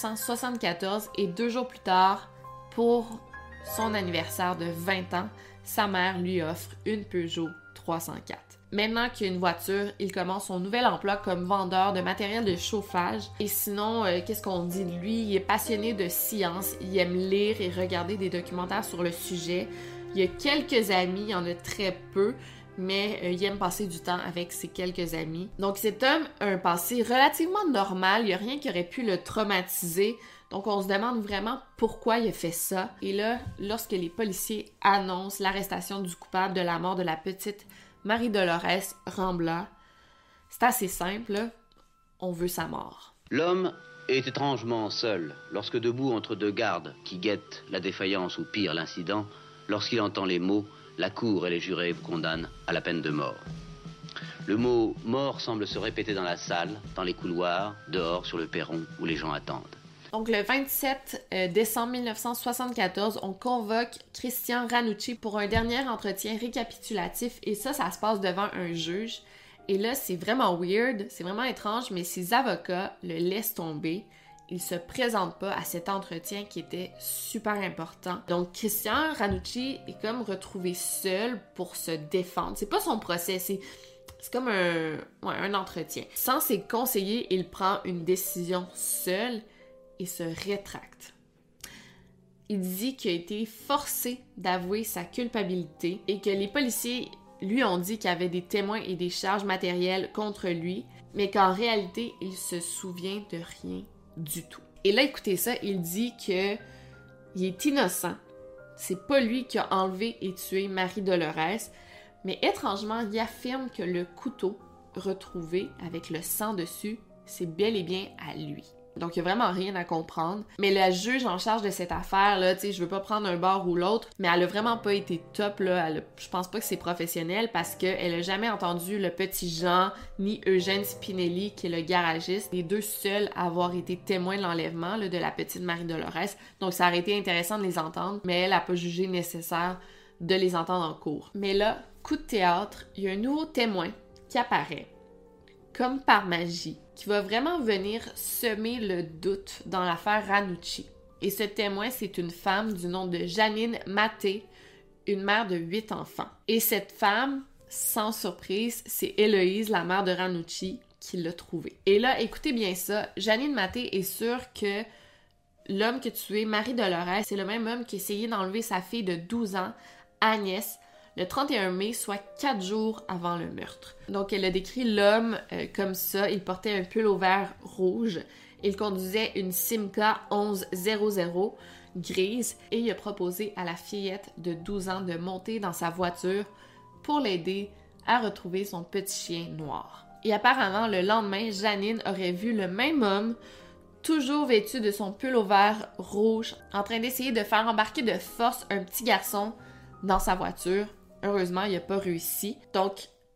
1974 et 2 jours plus tard, pour son anniversaire de 20 ans, sa mère lui offre une Peugeot 304. Maintenant qu'il a une voiture, il commence son nouvel emploi comme vendeur de matériel de chauffage. Et sinon, qu'est-ce qu'on dit de lui? Il est passionné de science, il aime lire et regarder des documentaires sur le sujet. Il a quelques amis, il y en a très peu, mais il aime passer du temps avec ses quelques amis. Donc cet homme a un passé relativement normal, il n'y a rien qui aurait pu le traumatiser. Donc on se demande vraiment pourquoi il a fait ça. Et là, lorsque les policiers annoncent l'arrestation du coupable de la mort de la petite Marie-Dolores Rambla, c'est assez simple, on veut sa mort. L'homme est étrangement seul lorsque, debout entre 2 gardes qui guettent la défaillance ou pire l'incident, lorsqu'il entend les mots « La cour et les jurés vous condamnent à la peine de mort ». Le mot « mort » semble se répéter dans la salle, dans les couloirs, dehors sur le perron où les gens attendent. Donc, le 27 décembre 1974, on convoque Christian Ranucci pour un dernier entretien récapitulatif et ça se passe devant un juge. Et là, c'est vraiment weird, c'est vraiment étrange, mais ses avocats le laissent tomber. Il se présente pas à cet entretien qui était super important. Donc, Christian Ranucci est comme retrouvé seul pour se défendre. C'est pas son procès, c'est comme un entretien. Sans ses conseillers, il prend une décision seul et se rétracte. Il dit qu'il a été forcé d'avouer sa culpabilité et que les policiers lui ont dit qu'il y avait des témoins et des charges matérielles contre lui, mais qu'en réalité, il se souvient de rien du tout. Et là, écoutez ça, il dit qu'il est innocent. C'est pas lui qui a enlevé et tué Marie-Dolores, mais étrangement, il affirme que le couteau retrouvé avec le sang dessus, c'est bel et bien à lui. Donc, il n'y a vraiment rien à comprendre. Mais la juge en charge de cette affaire-là, tu sais, je veux pas prendre un bord ou l'autre, mais elle a vraiment pas été top, là. Je pense pas que c'est professionnel parce qu'elle a jamais entendu le petit Jean ni Eugène Spinelli, qui est le garagiste, les 2 seuls à avoir été témoins de l'enlèvement là, de la petite Marie-Dolores. Donc, ça aurait été intéressant de les entendre, mais elle a pas jugé nécessaire de les entendre en cours. Mais là, coup de théâtre, il y a un nouveau témoin qui apparaît, comme par magie, qui va vraiment venir semer le doute dans l'affaire Ranucci. Et ce témoin, c'est une femme du nom de Janine Maté, une mère de 8 enfants. Et cette femme, sans surprise, c'est Héloïse, la mère de Ranucci, qui l'a trouvée. Et là, écoutez bien ça, Janine Maté est sûre que l'homme qui a tué Marie-Dolores, c'est le même homme qui essayait d'enlever sa fille de 12 ans, Agnès, le 31 mai, soit 4 jours avant le meurtre. Donc, elle a décrit l'homme comme ça. Il portait un pull au vert rouge. Il conduisait une Simca 1100 grise et il a proposé à la fillette de 12 ans de monter dans sa voiture pour l'aider à retrouver son petit chien noir. Et apparemment, le lendemain, Janine aurait vu le même homme, toujours vêtu de son pull au vert rouge, en train d'essayer de faire embarquer de force un petit garçon dans sa voiture. Heureusement, il n'a pas réussi. Donc,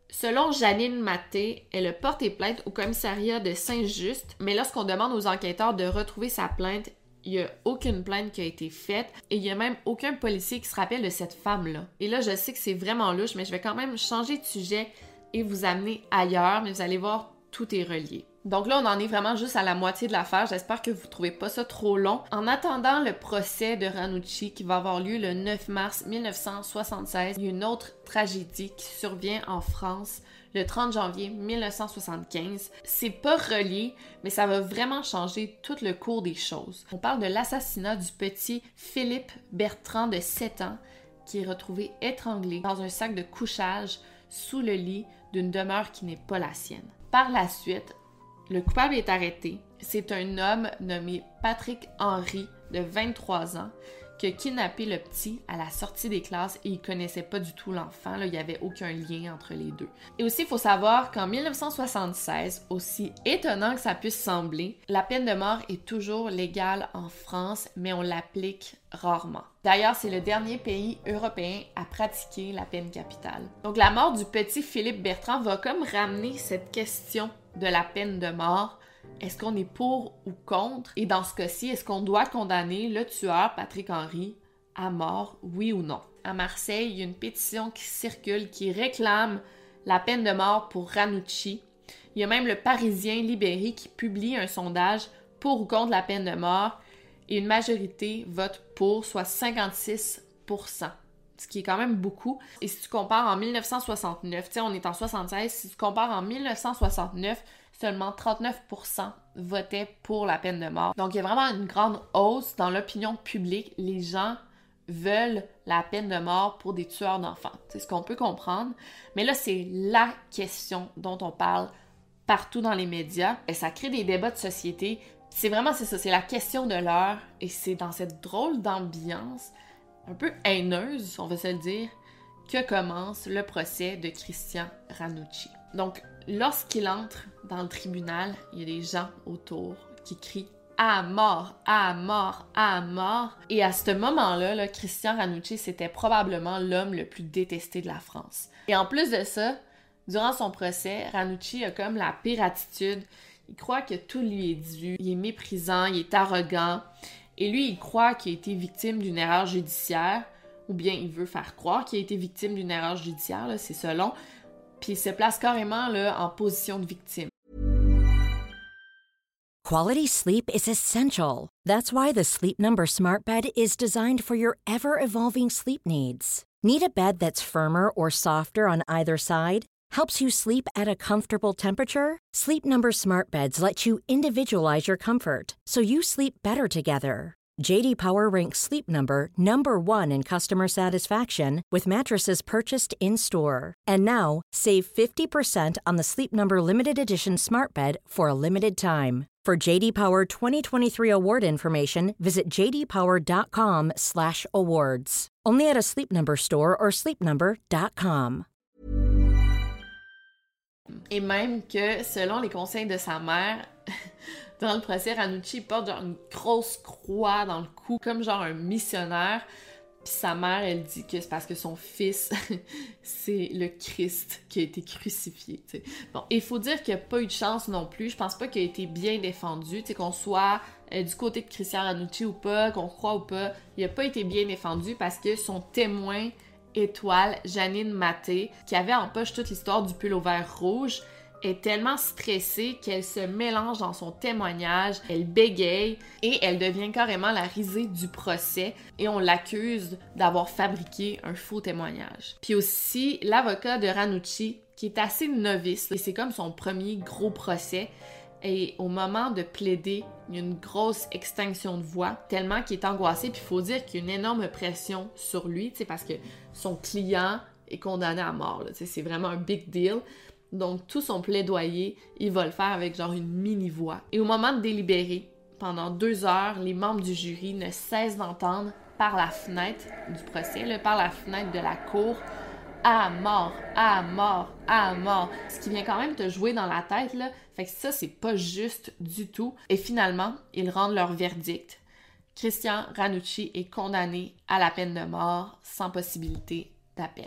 Selon Janine Maté, elle a porté plainte au commissariat de Saint-Just, mais lorsqu'on demande aux enquêteurs de retrouver sa plainte, il n'y a aucune plainte qui a été faite et il n'y a même aucun policier qui se rappelle de cette femme-là. Et là, je sais que c'est vraiment louche, mais je vais quand même changer de sujet et vous amener ailleurs, mais vous allez voir, tout est relié. Donc là, on en est vraiment juste à la moitié de l'affaire. J'espère que vous ne trouvez pas ça trop long. En attendant le procès de Ranucci qui va avoir lieu le 9 mars 1976, il y a une autre tragédie qui survient en France le 30 janvier 1975. C'est pas relié, mais ça va vraiment changer tout le cours des choses. On parle de l'assassinat du petit Philippe Bertrand de 7 ans qui est retrouvé étranglé dans un sac de couchage sous le lit d'une demeure qui n'est pas la sienne. Par la suite, le coupable est arrêté. C'est un homme nommé Patrick Henry, de 23 ans, qui a kidnappé le petit à la sortie des classes et il connaissait pas du tout l'enfant. Là, il n'y avait aucun lien entre les deux. Et aussi, il faut savoir qu'en 1976, aussi étonnant que ça puisse sembler, la peine de mort est toujours légale en France, mais on l'applique rarement. D'ailleurs, c'est le dernier pays européen à pratiquer la peine capitale. Donc, la mort du petit Philippe Bertrand va comme ramener cette question de la peine de mort. Est-ce qu'on est pour ou contre? Et dans ce cas-ci, est-ce qu'on doit condamner le tueur, Patrick Henry, à mort, oui ou non? À Marseille, il y a une pétition qui circule qui réclame la peine de mort pour Ranucci. Il y a même le Parisien libéré qui publie un sondage pour ou contre la peine de mort et une majorité vote pour, soit 56%. Ce qui est quand même beaucoup. Et si tu compares en 1969, tu sais, on est en 76, si tu compares en 1969, seulement 39% votaient pour la peine de mort. Donc, il y a vraiment une grande hausse dans l'opinion publique. Les gens veulent la peine de mort pour des tueurs d'enfants. C'est ce qu'on peut comprendre. Mais là, c'est la question dont on parle partout dans les médias. Et ça crée des débats de société. C'est ça, c'est la question de l'heure. Et c'est dans cette drôle d'ambiance un peu haineuse, on va se le dire, que commence le procès de Christian Ranucci. Donc, lorsqu'il entre dans le tribunal, il y a des gens autour qui crient « à mort, à mort, à mort ». Et à ce moment-là, Christian Ranucci, c'était probablement l'homme le plus détesté de la France. Et en plus de ça, durant son procès, Ranucci a comme la pire attitude. Il croit que tout lui est dû, il est méprisant, il est arrogant. Et lui, il croit qu'il a été victime d'une erreur judiciaire, ou bien il veut faire croire qu'il a été victime d'une erreur judiciaire, là, c'est selon. Puis il se place carrément là, en position de victime. Quality sleep is essential. That's why the Sleep Number Smart Bed is designed for your ever-evolving sleep needs. Need a bed that's firmer or softer on either side? Helps you sleep at a comfortable temperature? Sleep Number Smart Beds let you individualize your comfort, so you sleep better together. J.D. Power ranks Sleep Number #1 in customer satisfaction with mattresses purchased in-store. And now, save 50% on the Sleep Number Limited Edition Smart Bed for a limited time. For J.D. Power 2023 award information, visit jdpower.com/awards. Only at a Sleep Number store or sleepnumber.com. Et même que, selon les conseils de sa mère, dans le procès, Ranucci porte genre une grosse croix dans le cou, comme genre un missionnaire. Puis sa mère, elle dit que c'est parce que son fils, c'est le Christ qui a été crucifié, t'sais. Bon, il faut dire qu'il n'y a pas eu de chance non plus. Je pense pas qu'il a été bien défendu, t'sais, qu'on soit du côté de Christian Ranucci ou pas, qu'on croit ou pas. Il n'a pas été bien défendu parce que son témoin étoile, Janine Maté, qui avait en poche toute l'histoire du pull au vert rouge, est tellement stressée qu'elle se mélange dans son témoignage, elle bégaye et elle devient carrément la risée du procès et on l'accuse d'avoir fabriqué un faux témoignage. Puis aussi, l'avocat de Ranucci, qui est assez novice, et c'est comme son premier gros procès, et au moment de plaider, il y a une grosse extinction de voix, tellement qu'il est angoissé, puis il faut dire qu'il y a une énorme pression sur lui, parce que son client est condamné à mort, là, c'est vraiment un big deal. Donc tout son plaidoyer, il va le faire avec genre une mini-voix. Et au moment de délibérer, pendant 2 heures, les membres du jury ne cessent d'entendre par la fenêtre du procès, là, par la fenêtre de la cour, à mort, à mort, à mort. Ce qui vient quand même te jouer dans la tête, là. Fait que ça, c'est pas juste du tout. Et finalement, ils rendent leur verdict. Christian Ranucci est condamné à la peine de mort sans possibilité d'appel.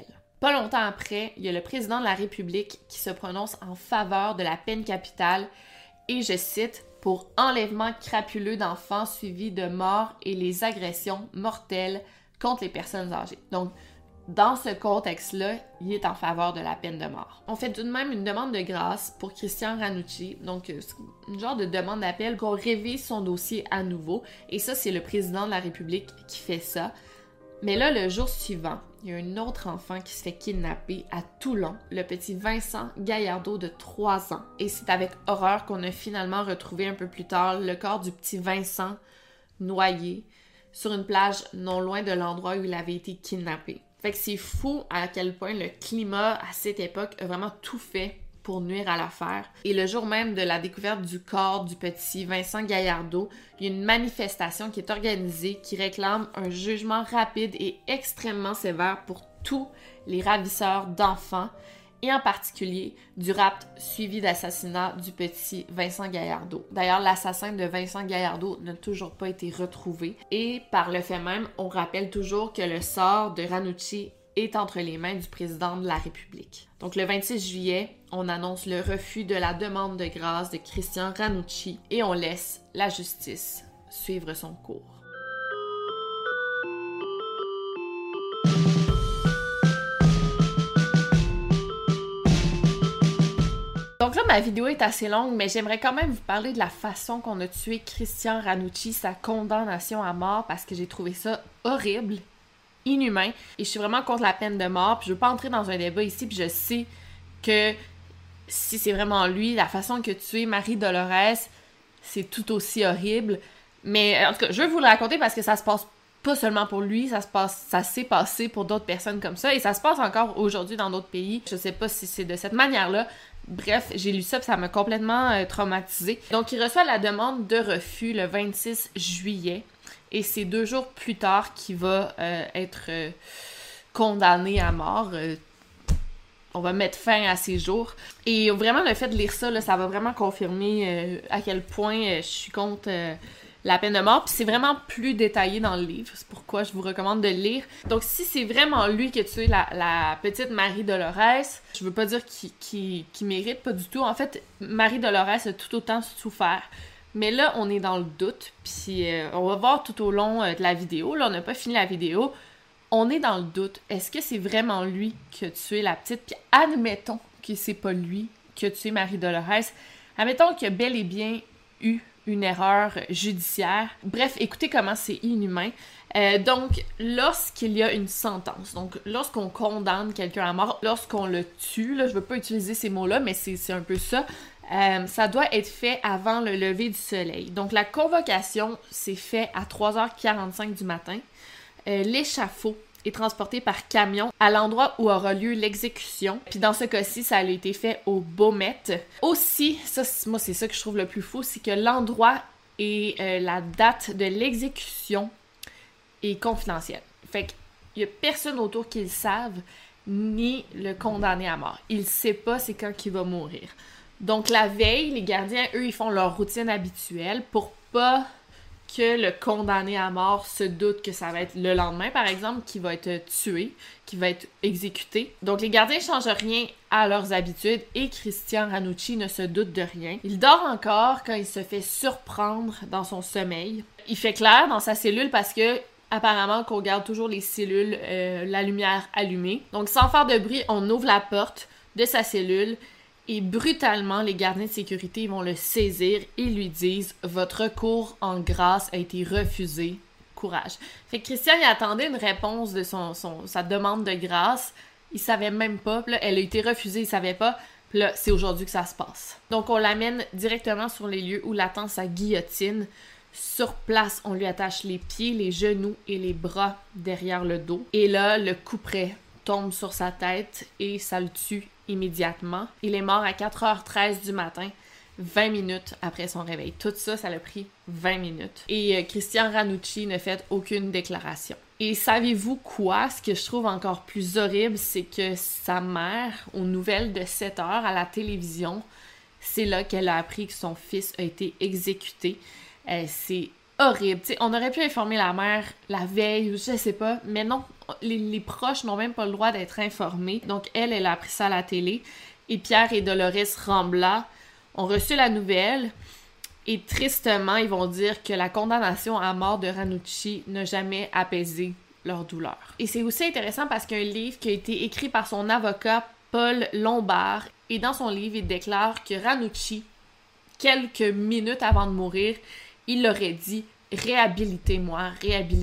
Pas longtemps après, il y a le président de la République qui se prononce en faveur de la peine capitale et, je cite, « pour enlèvement crapuleux d'enfants suivi de mort et les agressions mortelles contre les personnes âgées ». Donc, dans ce contexte-là, il est en faveur de la peine de mort. On fait tout de même une demande de grâce pour Christian Ranucci, donc une genre de demande d'appel qu'on révise son dossier à nouveau, et ça, c'est le président de la République qui fait ça. Mais là, le jour suivant, il y a un autre enfant qui se fait kidnapper à Toulon, le petit Vincent Gaillardeau de 3 ans. Et c'est avec horreur qu'on a finalement retrouvé un peu plus tard le corps du petit Vincent noyé sur une plage non loin de l'endroit où il avait été kidnappé. Fait que c'est fou à quel point le climat à cette époque a vraiment tout fait pour nuire à l'affaire. Et le jour même de la découverte du corps du petit Vincent Gaillardeau, il y a une manifestation qui est organisée qui réclame un jugement rapide et extrêmement sévère pour tous les ravisseurs d'enfants et en particulier du rapt suivi d'assassinat du petit Vincent Gaillardeau. D'ailleurs, l'assassin de Vincent Gaillardeau n'a toujours pas été retrouvé et par le fait même, on rappelle toujours que le sort de Ranucci est entre les mains du président de la République. Donc le 26 juillet, on annonce le refus de la demande de grâce de Christian Ranucci et on laisse la justice suivre son cours. Donc là, ma vidéo est assez longue, mais j'aimerais quand même vous parler de la façon qu'on a tué Christian Ranucci, sa condamnation à mort, parce que j'ai trouvé ça horrible, inhumain, et je suis vraiment contre la peine de mort, puis je veux pas entrer dans un débat ici, puis je sais que si c'est vraiment lui, la façon que tuer Marie-Dolores, c'est tout aussi horrible, mais en tout cas, je veux vous le raconter parce que ça se passe pas seulement pour lui, ça s'est passé pour d'autres personnes comme ça, et ça se passe encore aujourd'hui dans d'autres pays. Je sais pas si c'est de cette manière-là. Bref, j'ai lu ça et ça m'a complètement traumatisée. Donc, il reçoit la demande de refus le 26 juillet, et c'est 2 jours plus tard qu'il va être condamné à mort. On va mettre fin à ses jours. Et vraiment, le fait de lire ça, là, ça va vraiment confirmer à quel point je suis contre la peine de mort. Puis c'est vraiment plus détaillé dans le livre. C'est pourquoi je vous recommande de le lire. Donc, si c'est vraiment lui qui a tué la petite Marie-Dolores, je veux pas dire qu'il mérite, pas du tout. En fait, Marie-Dolores a tout autant souffert. Mais là, on est dans le doute. Puis on va voir tout au long de la vidéo. Là, on n'a pas fini la vidéo. On est dans le doute. Est-ce que c'est vraiment lui qui a tué la petite? Puis admettons que c'est pas lui qui a tué Marie-Dolores. Admettons qu'il y a bel et bien eu une erreur judiciaire. Bref, écoutez comment c'est inhumain. Donc, lorsqu'il y a une sentence, donc lorsqu'on condamne quelqu'un à mort, lorsqu'on le tue, là, je veux pas utiliser ces mots-là, mais c'est un peu ça, ça doit être fait avant le lever du soleil. Donc, la convocation, c'est fait à 3h45 du matin. L'échafaud est transporté par camion à l'endroit où aura lieu l'exécution. Puis dans ce cas-ci, ça a été fait au Baumette. Aussi, ça, moi, c'est ça que je trouve le plus fou, c'est que l'endroit et la date de l'exécution est confidentielle. Fait qu'il y a personne autour qui le savent, ni le condamné à mort. Il sait pas c'est quand qu'il va mourir. Donc la veille, les gardiens, eux, ils font leur routine habituelle pour pas que le condamné à mort se doute que ça va être le lendemain, par exemple, qui va être tué, qui va être exécuté. Donc, les gardiens ne changent rien à leurs habitudes et Christian Ranucci ne se doute de rien. Il dort encore quand il se fait surprendre dans son sommeil. Il fait clair dans sa cellule parce que, apparemment, qu'on garde toujours les cellules, la lumière allumée. Donc, sans faire de bruit, on ouvre la porte de sa cellule. Et brutalement, les gardiens de sécurité vont le saisir et lui disent « Votre recours en grâce a été refusé. Courage. » Fait que Christian, il attendait une réponse de sa demande de grâce. Il savait même pas. Puis là, elle a été refusée, il savait pas. Puis là, c'est aujourd'hui que ça se passe. Donc, on l'amène directement sur les lieux où l'attend sa guillotine. Sur place, on lui attache les pieds, les genoux et les bras derrière le dos. Et là, le couperet tombe sur sa tête et ça le tue immédiatement. Il est mort à 4h13 du matin, 20 minutes après son réveil. Tout ça, ça l'a pris 20 minutes. Et Christian Ranucci ne fait aucune déclaration. Et savez-vous quoi? Ce que je trouve encore plus horrible, c'est que sa mère, aux nouvelles de 7h à la télévision, c'est là qu'elle a appris que son fils a été exécuté. C'est horrible. T'sais, on aurait pu informer la mère la veille ou je sais pas, mais non, les proches n'ont même pas le droit d'être informés. Donc elle a appris ça à la télé. Et Pierre et Dolores Rambla ont reçu la nouvelle. Et tristement, ils vont dire que la condamnation à mort de Ranucci n'a jamais apaisé leur douleur. Et c'est aussi intéressant parce qu'il y a un livre qui a été écrit par son avocat Paul Lombard. Et dans son livre, il déclare que Ranucci, quelques minutes avant de mourir, il aurait dit « Réhabilitez-moi, réhabilitez-moi ».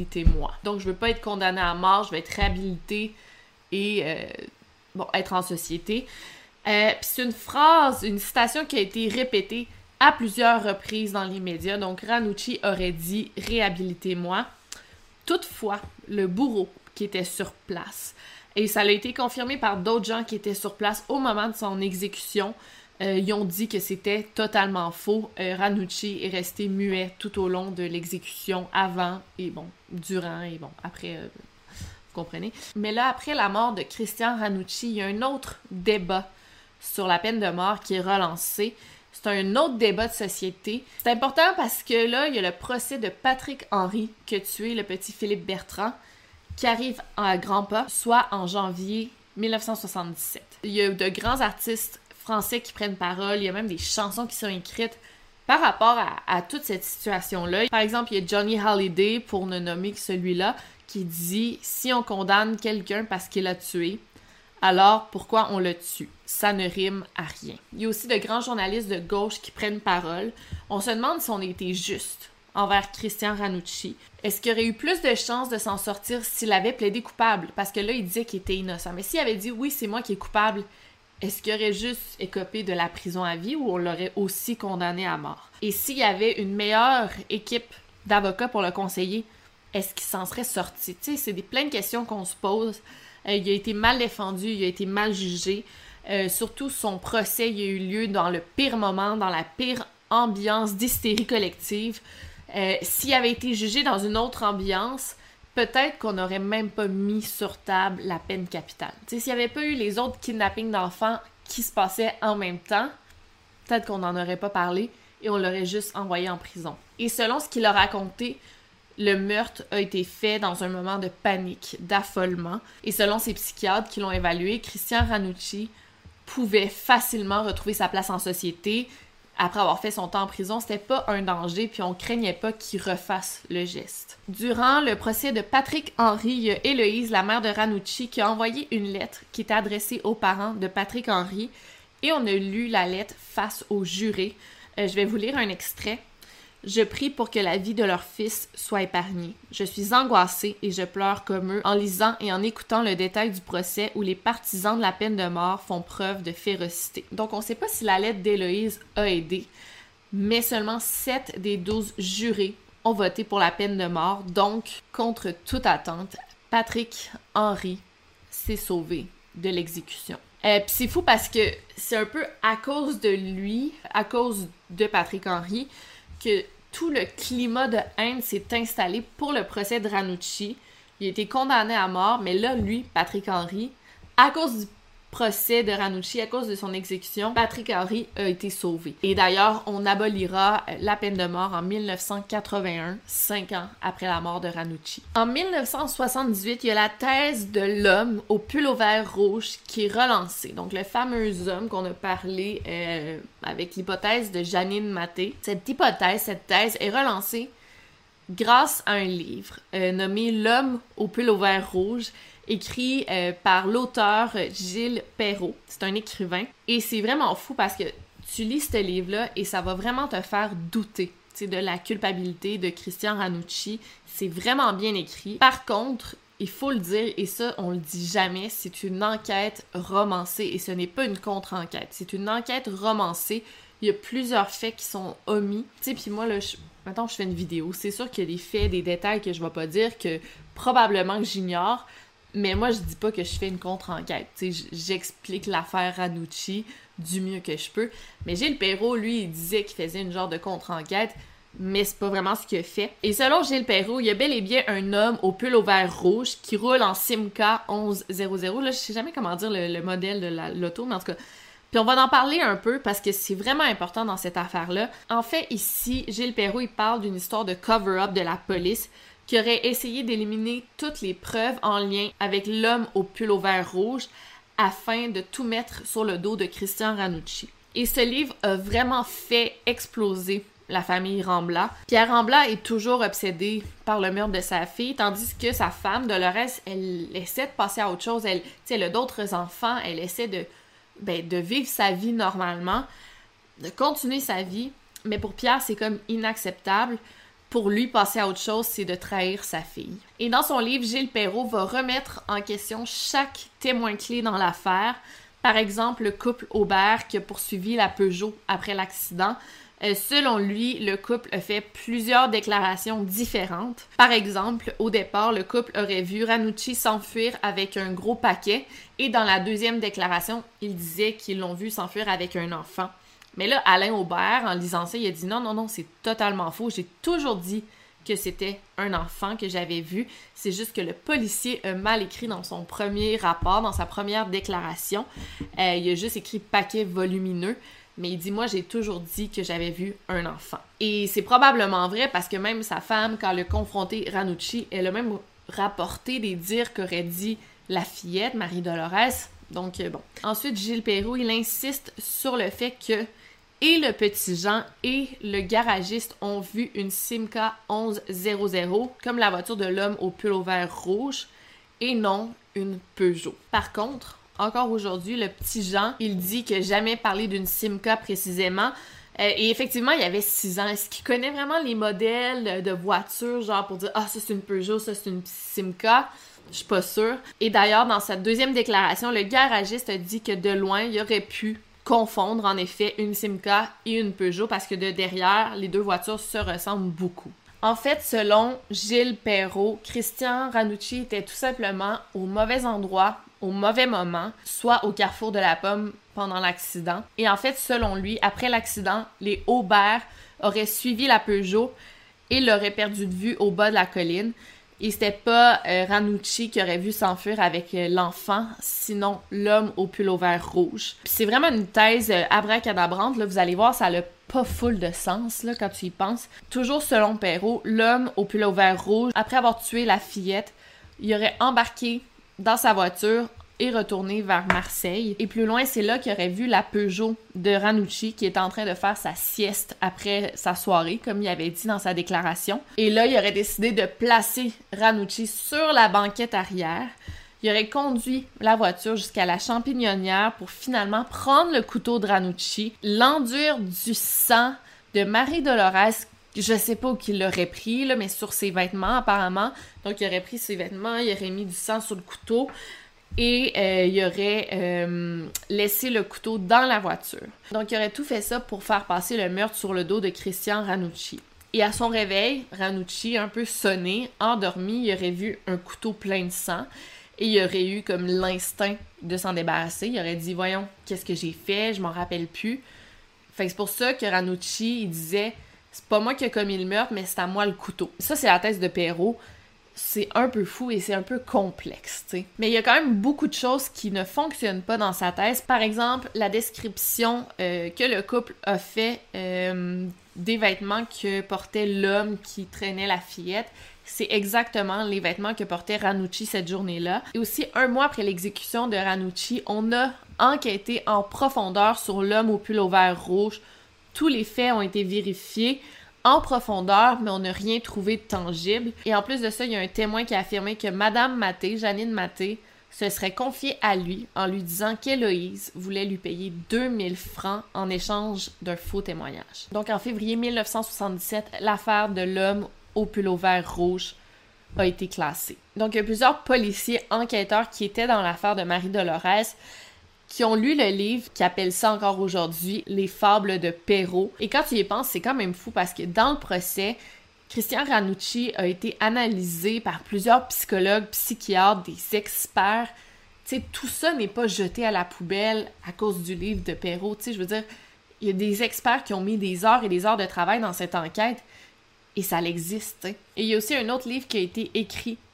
Donc, je veux pas être condamné à mort, je veux être réhabilité et être en société. Puis c'est une phrase, une citation qui a été répétée à plusieurs reprises dans les médias. Donc, Ranucci aurait dit « Réhabilitez-moi ». Toutefois, le bourreau qui était sur place, et ça a été confirmé par d'autres gens qui étaient sur place au moment de son exécution, ils ont dit que c'était totalement faux. Ranucci est resté muet tout au long de l'exécution, avant et durant et après, vous comprenez. Mais là, après la mort de Christian Ranucci, il y a un autre débat sur la peine de mort qui est relancé. C'est un autre débat de société. C'est important parce que là, il y a le procès de Patrick Henry qui a tué le petit Philippe Bertrand qui arrive à grands pas, soit en janvier 1977. Il y a de grands artistes français qui prennent parole, il y a même des chansons qui sont écrites par rapport à toute cette situation-là. Par exemple, il y a Johnny Hallyday, pour ne nommer que celui-là, qui dit « Si on condamne quelqu'un parce qu'il a tué, alors pourquoi on le tue? Ça ne rime à rien. » Il y a aussi de grands journalistes de gauche qui prennent parole. On se demande si on a été juste envers Christian Ranucci. Est-ce qu'il aurait eu plus de chances de s'en sortir s'il avait plaidé coupable? Parce que là, il disait qu'il était innocent. Mais s'il avait dit « Oui, c'est moi qui est coupable », est-ce qu'il aurait juste écopé de la prison à vie ou on l'aurait aussi condamné à mort? Et s'il y avait une meilleure équipe d'avocats pour le conseiller, est-ce qu'il s'en serait sorti? Tu sais, c'est plein de questions qu'on se pose. Il a été mal défendu, il a été mal jugé. Surtout, son procès il a eu lieu dans le pire moment, dans la pire ambiance d'hystérie collective. S'il avait été jugé dans une autre ambiance, peut-être qu'on n'aurait même pas mis sur table la peine capitale. Tu sais, s'il n'y avait pas eu les autres kidnappings d'enfants qui se passaient en même temps, peut-être qu'on n'en aurait pas parlé et on l'aurait juste envoyé en prison. Et selon ce qu'il a raconté, le meurtre a été fait dans un moment de panique, d'affolement. Et selon ses psychiatres qui l'ont évalué, Christian Ranucci pouvait facilement retrouver sa place en société. Après avoir fait son temps en prison, c'était pas un danger, puis on craignait pas qu'il refasse le geste. Durant le procès de Patrick Henry, il y a Héloïse, la mère de Ranucci, qui a envoyé une lettre qui était adressée aux parents de Patrick Henry, et on a lu la lettre face au juré. Je vais vous lire un extrait. « Je prie pour que la vie de leur fils soit épargnée. Je suis angoissée et je pleure comme eux en lisant et en écoutant le détail du procès où les partisans de la peine de mort font preuve de férocité. » Donc, on ne sait pas si la lettre d'Héloïse a aidé, mais seulement 7 des 12 jurés ont voté pour la peine de mort. Donc, contre toute attente, Patrick Henry s'est sauvé de l'exécution. Puis c'est fou parce que c'est un peu à cause de lui, à cause de Patrick Henry, que tout le climat de haine s'est installé pour le procès de Ranucci. Il a été condamné à mort, mais là, lui, Patrick Henry, à cause du procès de Ranucci, à cause de son exécution, Patrick Henry a été sauvé. Et d'ailleurs, on abolira la peine de mort en 1981, 5 ans après la mort de Ranucci. En 1978, il y a la thèse de l'homme au pull-over rouge qui est relancée. Donc, le fameux homme qu'on a parlé avec l'hypothèse de Janine Maté. Cette thèse est relancée grâce à un livre nommé « L'homme au pull-over rouge », écrit par l'auteur Gilles Perrault. C'est un écrivain. Et c'est vraiment fou parce que tu lis ce livre-là et ça va vraiment te faire douter de la culpabilité de Christian Ranucci. C'est vraiment bien écrit. Par contre, il faut le dire, et ça, on le dit jamais, c'est une enquête romancée et ce n'est pas une contre-enquête. C'est une enquête romancée. Il y a plusieurs faits qui sont omis. Tu sais, puis moi, là, maintenant je fais une vidéo. C'est sûr qu'il y a des faits, des détails que je vais pas dire, que probablement que j'ignore. Mais moi, je dis pas que je fais une contre-enquête. Tu sais, j'explique l'affaire Ranucci du mieux que je peux. Mais Gilles Perrault, lui, il disait qu'il faisait une genre de contre-enquête, mais c'est pas vraiment ce qu'il a fait. Et selon Gilles Perrault, il y a bel et bien un homme au pull-over rouge qui roule en Simca 1100. Là, je sais jamais comment dire le modèle de l'auto, mais en tout cas, Puis on va en parler un peu parce que c'est vraiment important dans cette affaire-là. En fait, ici, Gilles Perrault, il parle d'une histoire de cover-up de la police qui aurait essayé d'éliminer toutes les preuves en lien avec l'homme au pull-over rouge afin de tout mettre sur le dos de Christian Ranucci. Et ce livre a vraiment fait exploser la famille Rambla. Pierre Rambla est toujours obsédé par le meurtre de sa fille, tandis que sa femme, Dolores, elle essaie de passer à autre chose. Elle a d'autres enfants, elle essaie de vivre sa vie normalement, de continuer sa vie. Mais pour Pierre, c'est comme inacceptable. Pour lui, passer à autre chose, c'est de trahir sa fille. Et dans son livre, Gilles Perrault va remettre en question chaque témoin clé dans l'affaire. Par exemple, le couple Aubert qui a poursuivi la Peugeot après l'accident. Selon lui, le couple a fait plusieurs déclarations différentes. Par exemple, au départ, le couple aurait vu Ranucci s'enfuir avec un gros paquet et dans la deuxième déclaration, il disait qu'ils l'ont vu s'enfuir avec un enfant. Mais là, Alain Aubert, en lisant ça, il a dit non, c'est totalement faux. J'ai toujours dit que c'était un enfant que j'avais vu. C'est juste que le policier a mal écrit dans son premier rapport, dans sa première déclaration. Il a juste écrit paquet volumineux. Mais il dit, moi, j'ai toujours dit que j'avais vu un enfant. Et c'est probablement vrai parce que même sa femme, quand elle a confronté Ranucci, elle a même rapporté des dires qu'aurait dit la fillette, Marie-Dolores. Donc, bon. Ensuite, Gilles Perrault, il insiste sur le fait que et le petit Jean et le garagiste ont vu une Simca 1100, comme la voiture de l'homme au pull-over rouge, et non une Peugeot. Par contre, encore aujourd'hui, le petit Jean, il dit qu'il n'a jamais parlé d'une Simca précisément. Et effectivement, il avait 6 ans. Est-ce qu'il connaît vraiment les modèles de voitures, genre pour dire « Ah, ça c'est une Peugeot, ça c'est une Simca », je suis pas sûre. Et d'ailleurs, dans sa deuxième déclaration, le garagiste a dit que de loin, il aurait pu confondre en effet une Simca et une Peugeot parce que de derrière, les deux voitures se ressemblent beaucoup. En fait, selon Gilles Perrault, Christian Ranucci était tout simplement au mauvais endroit, au mauvais moment, soit au carrefour de la Pomme pendant l'accident. Et en fait, selon lui, après l'accident, les Aubert auraient suivi la Peugeot et l'auraient perdu de vue au bas de la colline. Et c'était pas Ranucci qui aurait vu s'enfuir avec l'enfant, sinon l'homme au pull-over rouge. Puis c'est vraiment une thèse abracadabrante, là, vous allez voir, ça n'a pas full de sens là, quand tu y penses. Toujours selon Perrault, l'homme au pull-over rouge, après avoir tué la fillette, il aurait embarqué dans sa voiture et retourné vers Marseille. Et plus loin, c'est là qu'il aurait vu la Peugeot de Ranucci qui était en train de faire sa sieste après sa soirée, comme il avait dit dans sa déclaration. Et là, il aurait décidé de placer Ranucci sur la banquette arrière. Il aurait conduit la voiture jusqu'à la Champignonnière pour finalement prendre le couteau de Ranucci, l'enduire du sang de Marie-Dolores. Je sais pas où il l'aurait pris, là, mais sur ses vêtements apparemment. Donc, il aurait pris ses vêtements, il aurait mis du sang sur le couteau. Et il aurait laissé le couteau dans la voiture. Donc, il aurait tout fait ça pour faire passer le meurtre sur le dos de Christian Ranucci. Et à son réveil, Ranucci, un peu sonné, endormi, il aurait vu un couteau plein de sang et il aurait eu comme l'instinct de s'en débarrasser. Il aurait dit « Voyons, qu'est-ce que j'ai fait? Je m'en rappelle plus. » Fait que c'est pour ça que Ranucci, il disait « C'est pas moi qui ai commis le meurtre, mais c'est à moi le couteau. » Ça, c'est la thèse de Perrault. C'est un peu fou et c'est un peu complexe, tu sais. Mais il y a quand même beaucoup de choses qui ne fonctionnent pas dans sa thèse. Par exemple, la description que le couple a fait des vêtements que portait l'homme qui traînait la fillette, c'est exactement les vêtements que portait Ranucci cette journée-là. Et aussi, 1 mois après l'exécution de Ranucci, on a enquêté en profondeur sur l'homme au pull-over rouge. Tous les faits ont été vérifiés en profondeur, mais on n'a rien trouvé de tangible. Et en plus de ça, il y a un témoin qui a affirmé que Madame Maté, Janine Maté, se serait confiée à lui en lui disant qu'Héloïse voulait lui payer 2000 francs en échange d'un faux témoignage. Donc en février 1977, l'affaire de l'homme au pull-over rouge a été classée. Donc il y a plusieurs policiers enquêteurs qui étaient dans l'affaire de Marie-Dolores qui ont lu le livre, qui appelle ça encore aujourd'hui « Les fables de Perrault ». Et quand tu y penses, c'est quand même fou parce que dans le procès, Christian Ranucci a été analysé par plusieurs psychologues, psychiatres, des experts. Tu sais, tout ça n'est pas jeté à la poubelle à cause du livre de Perrault. Tu sais, je veux dire, il y a des experts qui ont mis des heures et des heures de travail dans cette enquête et ça l'existe, tu sais. Et il y a aussi un autre livre qui a été écrit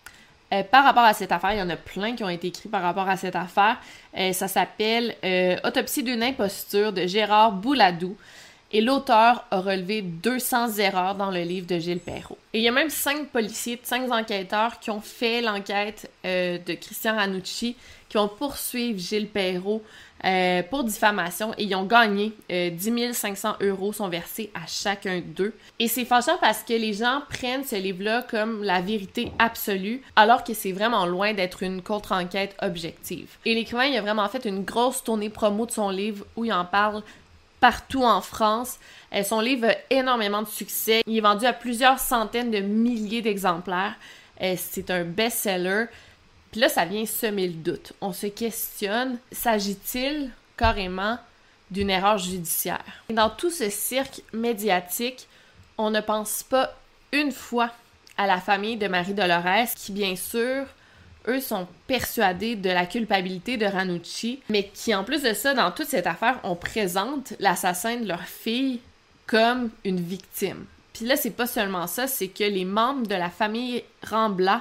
Par rapport à cette affaire, il y en a plein qui ont été écrits par rapport à cette affaire. Ça s'appelle « Autopsie d'une imposture » de Gérard Bouladou. Et l'auteur a relevé 200 erreurs dans le livre de Gilles Perrault. Et il y a même 5 policiers, 5 enquêteurs qui ont fait l'enquête de Christian Ranucci, qui vont poursuivre Gilles Perrault pour diffamation et ils ont gagné 10 500 € sont versés à chacun d'eux. Et c'est fâchant parce que les gens prennent ce livre-là comme la vérité absolue, alors que c'est vraiment loin d'être une contre-enquête objective. Et l'écrivain, il a vraiment fait une grosse tournée promo de son livre où il en parle partout en France. Son livre a énormément de succès. Il est vendu à plusieurs centaines de milliers d'exemplaires. C'est un best-seller. Puis là, ça vient semer le doute. On se questionne, s'agit-il carrément d'une erreur judiciaire? Et dans tout ce cirque médiatique, on ne pense pas une fois à la famille de Marie-Dolorès, qui bien sûr, eux sont persuadés de la culpabilité de Ranucci, mais qui en plus de ça, dans toute cette affaire, on présente l'assassin de leur fille comme une victime. Puis là, c'est pas seulement ça, c'est que les membres de la famille Rambla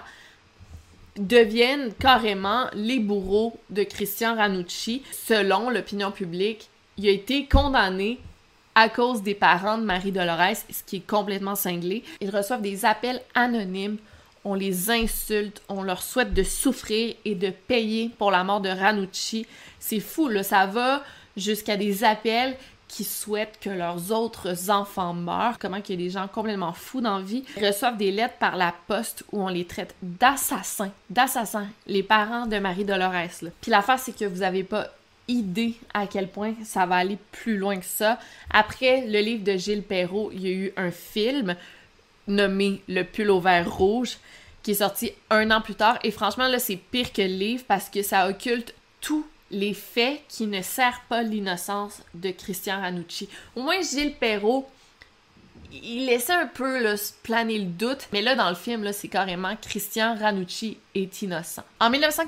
deviennent carrément les bourreaux de Christian Ranucci. Selon l'opinion publique, il a été condamné à cause des parents de Marie-Dolorès, ce qui est complètement cinglé. Ils reçoivent des appels anonymes, on les insulte, on leur souhaite de souffrir et de payer pour la mort de Ranucci. C'est fou, là, ça va jusqu'à des appels qui souhaitent que leurs autres enfants meurent. Comment qu'il y a des gens complètement fous dans la vie. Ils reçoivent des lettres par la poste où on les traite d'assassins, les parents de Marie-Dolorès, là. Puis l'affaire, c'est que vous avez pas idée à quel point ça va aller plus loin que ça. Après le livre de Gilles Perrault, il y a eu un film nommé Le pull au vert rouge, qui est sorti 1 an plus tard. Et franchement, là, c'est pire que le livre parce que ça occulte tous les faits qui ne servent pas l'innocence de Christian Ranucci. Au moins, Gilles Perrault, il laissait un peu là, planer le doute. Mais là, dans le film, là, c'est carrément Christian Ranucci est innocent. En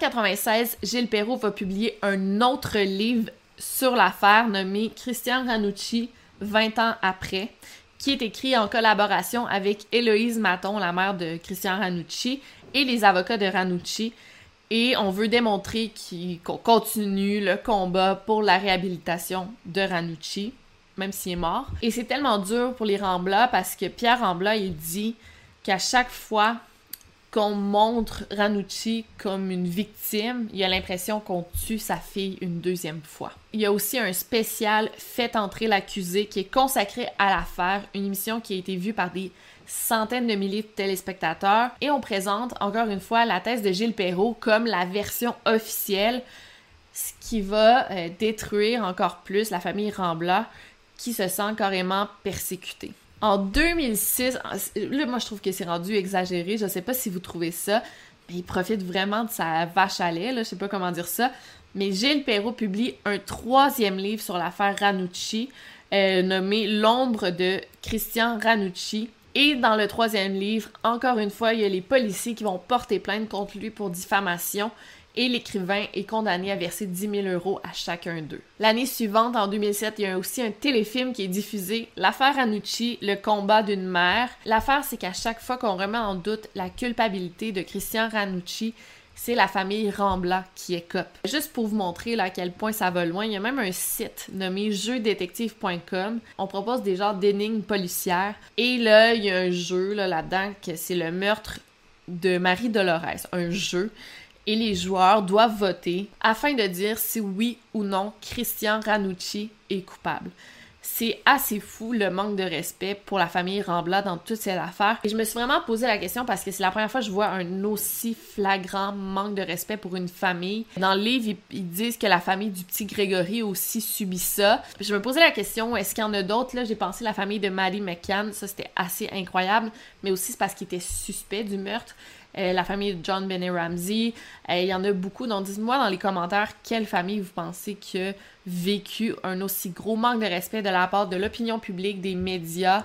1996, Gilles Perrault va publier un autre livre sur l'affaire nommé Christian Ranucci, 20 ans après, qui est écrit en collaboration avec Héloïse Maton, la mère de Christian Ranucci, et les avocats de Ranucci. Et on veut démontrer qu'on continue le combat pour la réhabilitation de Ranucci, même s'il est mort. Et c'est tellement dur pour les Rambla parce que Pierre Rambla, il dit qu'à chaque fois qu'on montre Ranucci comme une victime, il a l'impression qu'on tue sa fille une deuxième fois. Il y a aussi un spécial « Faites entrer l'accusé » qui est consacré à l'affaire, une émission qui a été vue par des centaines de milliers de téléspectateurs. Et on présente, encore une fois, la thèse de Gilles Perrault comme la version officielle, ce qui va détruire encore plus la famille Rambla, qui se sent carrément persécutée. En 2006, là, moi, je trouve que c'est rendu exagéré. Je sais pas si vous trouvez ça, mais il profite vraiment de sa vache à lait, là, je sais pas comment dire ça. Mais Gilles Perrault publie un 3e livre sur l'affaire Ranucci, nommé « L'ombre de Christian Ranucci ». Et dans le 3e livre, encore une fois, il y a les policiers qui vont porter plainte contre lui pour diffamation. Et l'écrivain est condamné à verser 10 000 € à chacun d'eux. L'année suivante, en 2007, il y a aussi un téléfilm qui est diffusé, L'affaire Ranucci, le combat d'une mère. L'affaire, c'est qu'à chaque fois qu'on remet en doute la culpabilité de Christian Ranucci, c'est la famille Rambla qui écope. Juste pour vous montrer là, à quel point ça va loin, il y a même un site nommé jeudétective.com. On propose des genres d'énigmes policières. Et là, il y a un jeu là-dedans, que c'est le meurtre de Marie-Dolorès. Un jeu. Et les joueurs doivent voter afin de dire si oui ou non Christian Ranucci est coupable. C'est assez fou le manque de respect pour la famille Rambla dans toute cette affaire. Et je me suis vraiment posé la question parce que c'est la première fois que je vois un aussi flagrant manque de respect pour une famille. Dans le livre, ils disent que la famille du petit Grégory a aussi subi ça. Je me posais la question, est-ce qu'il y en a d'autres? Là, j'ai pensé à la famille de Maddie McCann, ça c'était assez incroyable, mais aussi c'est parce qu'il était suspect du meurtre. La famille de John Benet Ramsey, il y en a beaucoup, donc dites-moi dans les commentaires quelle famille vous pensez qui a vécu un aussi gros manque de respect de la part de l'opinion publique, des médias,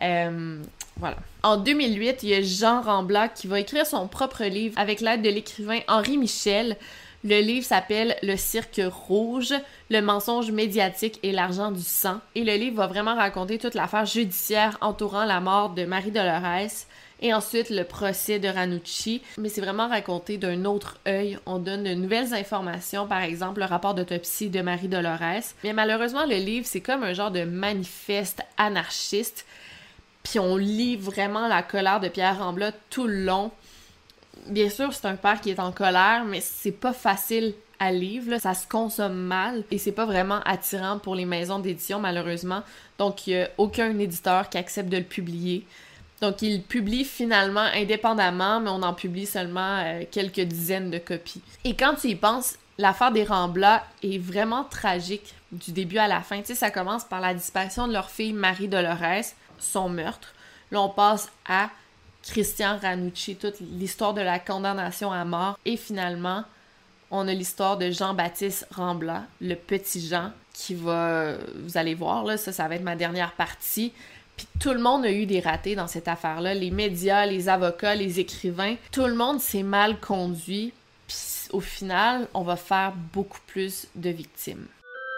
voilà. En 2008, il y a Jean Rambla qui va écrire son propre livre avec l'aide de l'écrivain Henri Michel. Le livre s'appelle « Le cirque rouge, le mensonge médiatique et l'argent du sang ». Et le livre va vraiment raconter toute l'affaire judiciaire entourant la mort de Marie-Dolorès Et ensuite, le procès de Ranucci, mais c'est vraiment raconté d'un autre œil. On donne de nouvelles informations, par exemple le rapport d'autopsie de Marie-Dolores. Mais malheureusement, le livre, c'est comme un genre de manifeste anarchiste. Puis on lit vraiment la colère de Pierre Rambla tout le long. Bien sûr, c'est un père qui est en colère, mais c'est pas facile à lire, là. Ça se consomme mal et c'est pas vraiment attirant pour les maisons d'édition, malheureusement. Donc, il y a aucun éditeur qui accepte de le publier. Donc, il publie finalement indépendamment, mais on en publie seulement quelques dizaines de copies. Et quand tu y penses, l'affaire des Rambla est vraiment tragique du début à la fin. Tu sais, ça commence par la disparition de leur fille Marie-Dolores, son meurtre. Là, on passe à Christian Ranucci, toute l'histoire de la condamnation à mort. Et finalement, on a l'histoire de Jean-Baptiste Rambla, le petit Jean, qui va... Vous allez voir, là, ça va être ma dernière partie. Puis tout le monde a eu des ratés dans cette affaire-là. Les médias, les avocats, les écrivains. Tout le monde s'est mal conduit. Puis au final, on va faire beaucoup plus de victimes.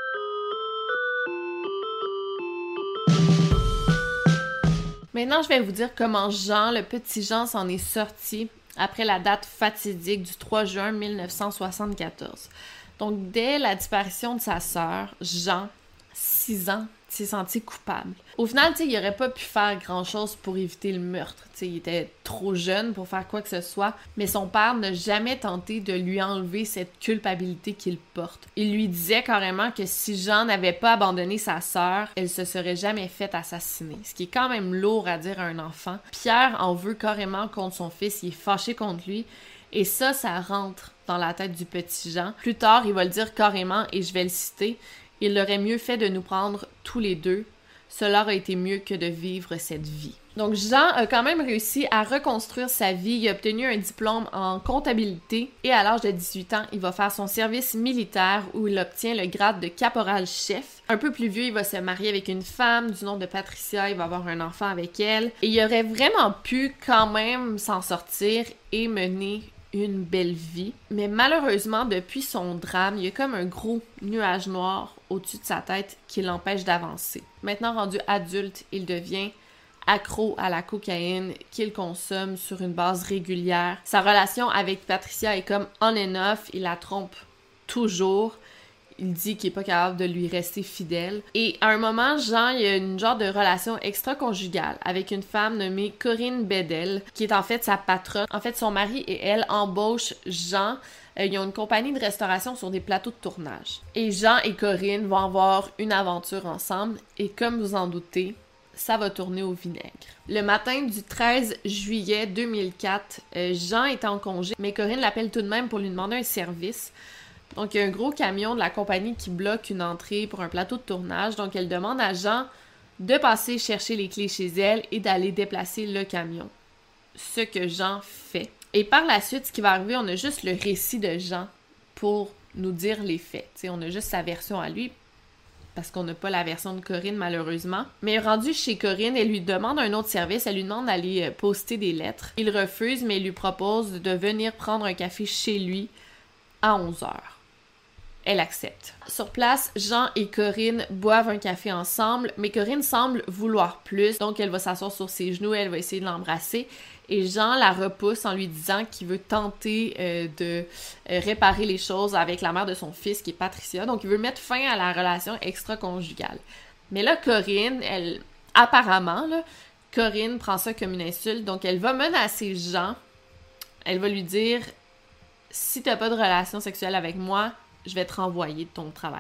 Maintenant, je vais vous dire comment Jean, le petit Jean, s'en est sorti après la date fatidique du 3 juin 1974. Donc, dès la disparition de sa sœur, Jean, 6 ans, s'est senti coupable. Au final, tu sais, il aurait pas pu faire grand-chose pour éviter le meurtre. Tu sais, il était trop jeune pour faire quoi que ce soit, mais son père n'a jamais tenté de lui enlever cette culpabilité qu'il porte. Il lui disait carrément que si Jean n'avait pas abandonné sa sœur, elle se serait jamais faite assassiner. Ce qui est quand même lourd à dire à un enfant. Pierre en veut carrément contre son fils, il est fâché contre lui, et ça rentre dans la tête du petit Jean. Plus tard, il va le dire carrément, et je vais le citer: « Il aurait mieux fait de nous prendre tous les deux. Cela aurait été mieux que de vivre cette vie. » Donc Jean a quand même réussi à reconstruire sa vie. Il a obtenu un diplôme en comptabilité et à l'âge de 18 ans, il va faire son service militaire où il obtient le grade de caporal-chef. Un peu plus vieux, il va se marier avec une femme du nom de Patricia. Il va avoir un enfant avec elle. Et il aurait vraiment pu quand même s'en sortir et mener une belle vie. Mais malheureusement, depuis son drame, il y a comme un gros nuage noir au-dessus de sa tête qui l'empêche d'avancer. Maintenant rendu adulte, il devient accro à la cocaïne qu'il consomme sur une base régulière. Sa relation avec Patricia est comme on and off, il la trompe toujours. Il dit qu'il est pas capable de lui rester fidèle. Et à un moment, Jean, il y a une genre de relation extra-conjugale avec une femme nommée Corinne Bedel, qui est en fait sa patronne. En fait, son mari et elle embauchent Jean. Ils ont une compagnie de restauration sur des plateaux de tournage. Et Jean et Corinne vont avoir une aventure ensemble. Et comme vous en doutez, ça va tourner au vinaigre. Le matin du 13 juillet 2004, Jean est en congé, mais Corinne l'appelle tout de même pour lui demander un service. Donc, il y a un gros camion de la compagnie qui bloque une entrée pour un plateau de tournage. Donc, elle demande à Jean de passer chercher les clés chez elle et d'aller déplacer le camion. Ce que Jean fait. Et par la suite, ce qui va arriver, on a juste le récit de Jean pour nous dire les faits. T'sais, on a juste sa version à lui, parce qu'on n'a pas la version de Corinne, malheureusement. Mais rendu chez Corinne, elle lui demande un autre service. Elle lui demande d'aller poster des lettres. Il refuse, mais elle lui propose de venir prendre un café chez lui à 11h. Elle accepte. Sur place, Jean et Corinne boivent un café ensemble, mais Corinne semble vouloir plus, donc elle va s'asseoir sur ses genoux, elle va essayer de l'embrasser, et Jean la repousse en lui disant qu'il veut tenter de réparer les choses avec la mère de son fils, qui est Patricia, donc il veut mettre fin à la relation extra-conjugale. Mais là, Corinne, elle, apparemment, là, Corinne prend ça comme une insulte, donc elle va menacer Jean, elle va lui dire « Si t'as pas de relation sexuelle avec moi, je vais te renvoyer de ton travail. »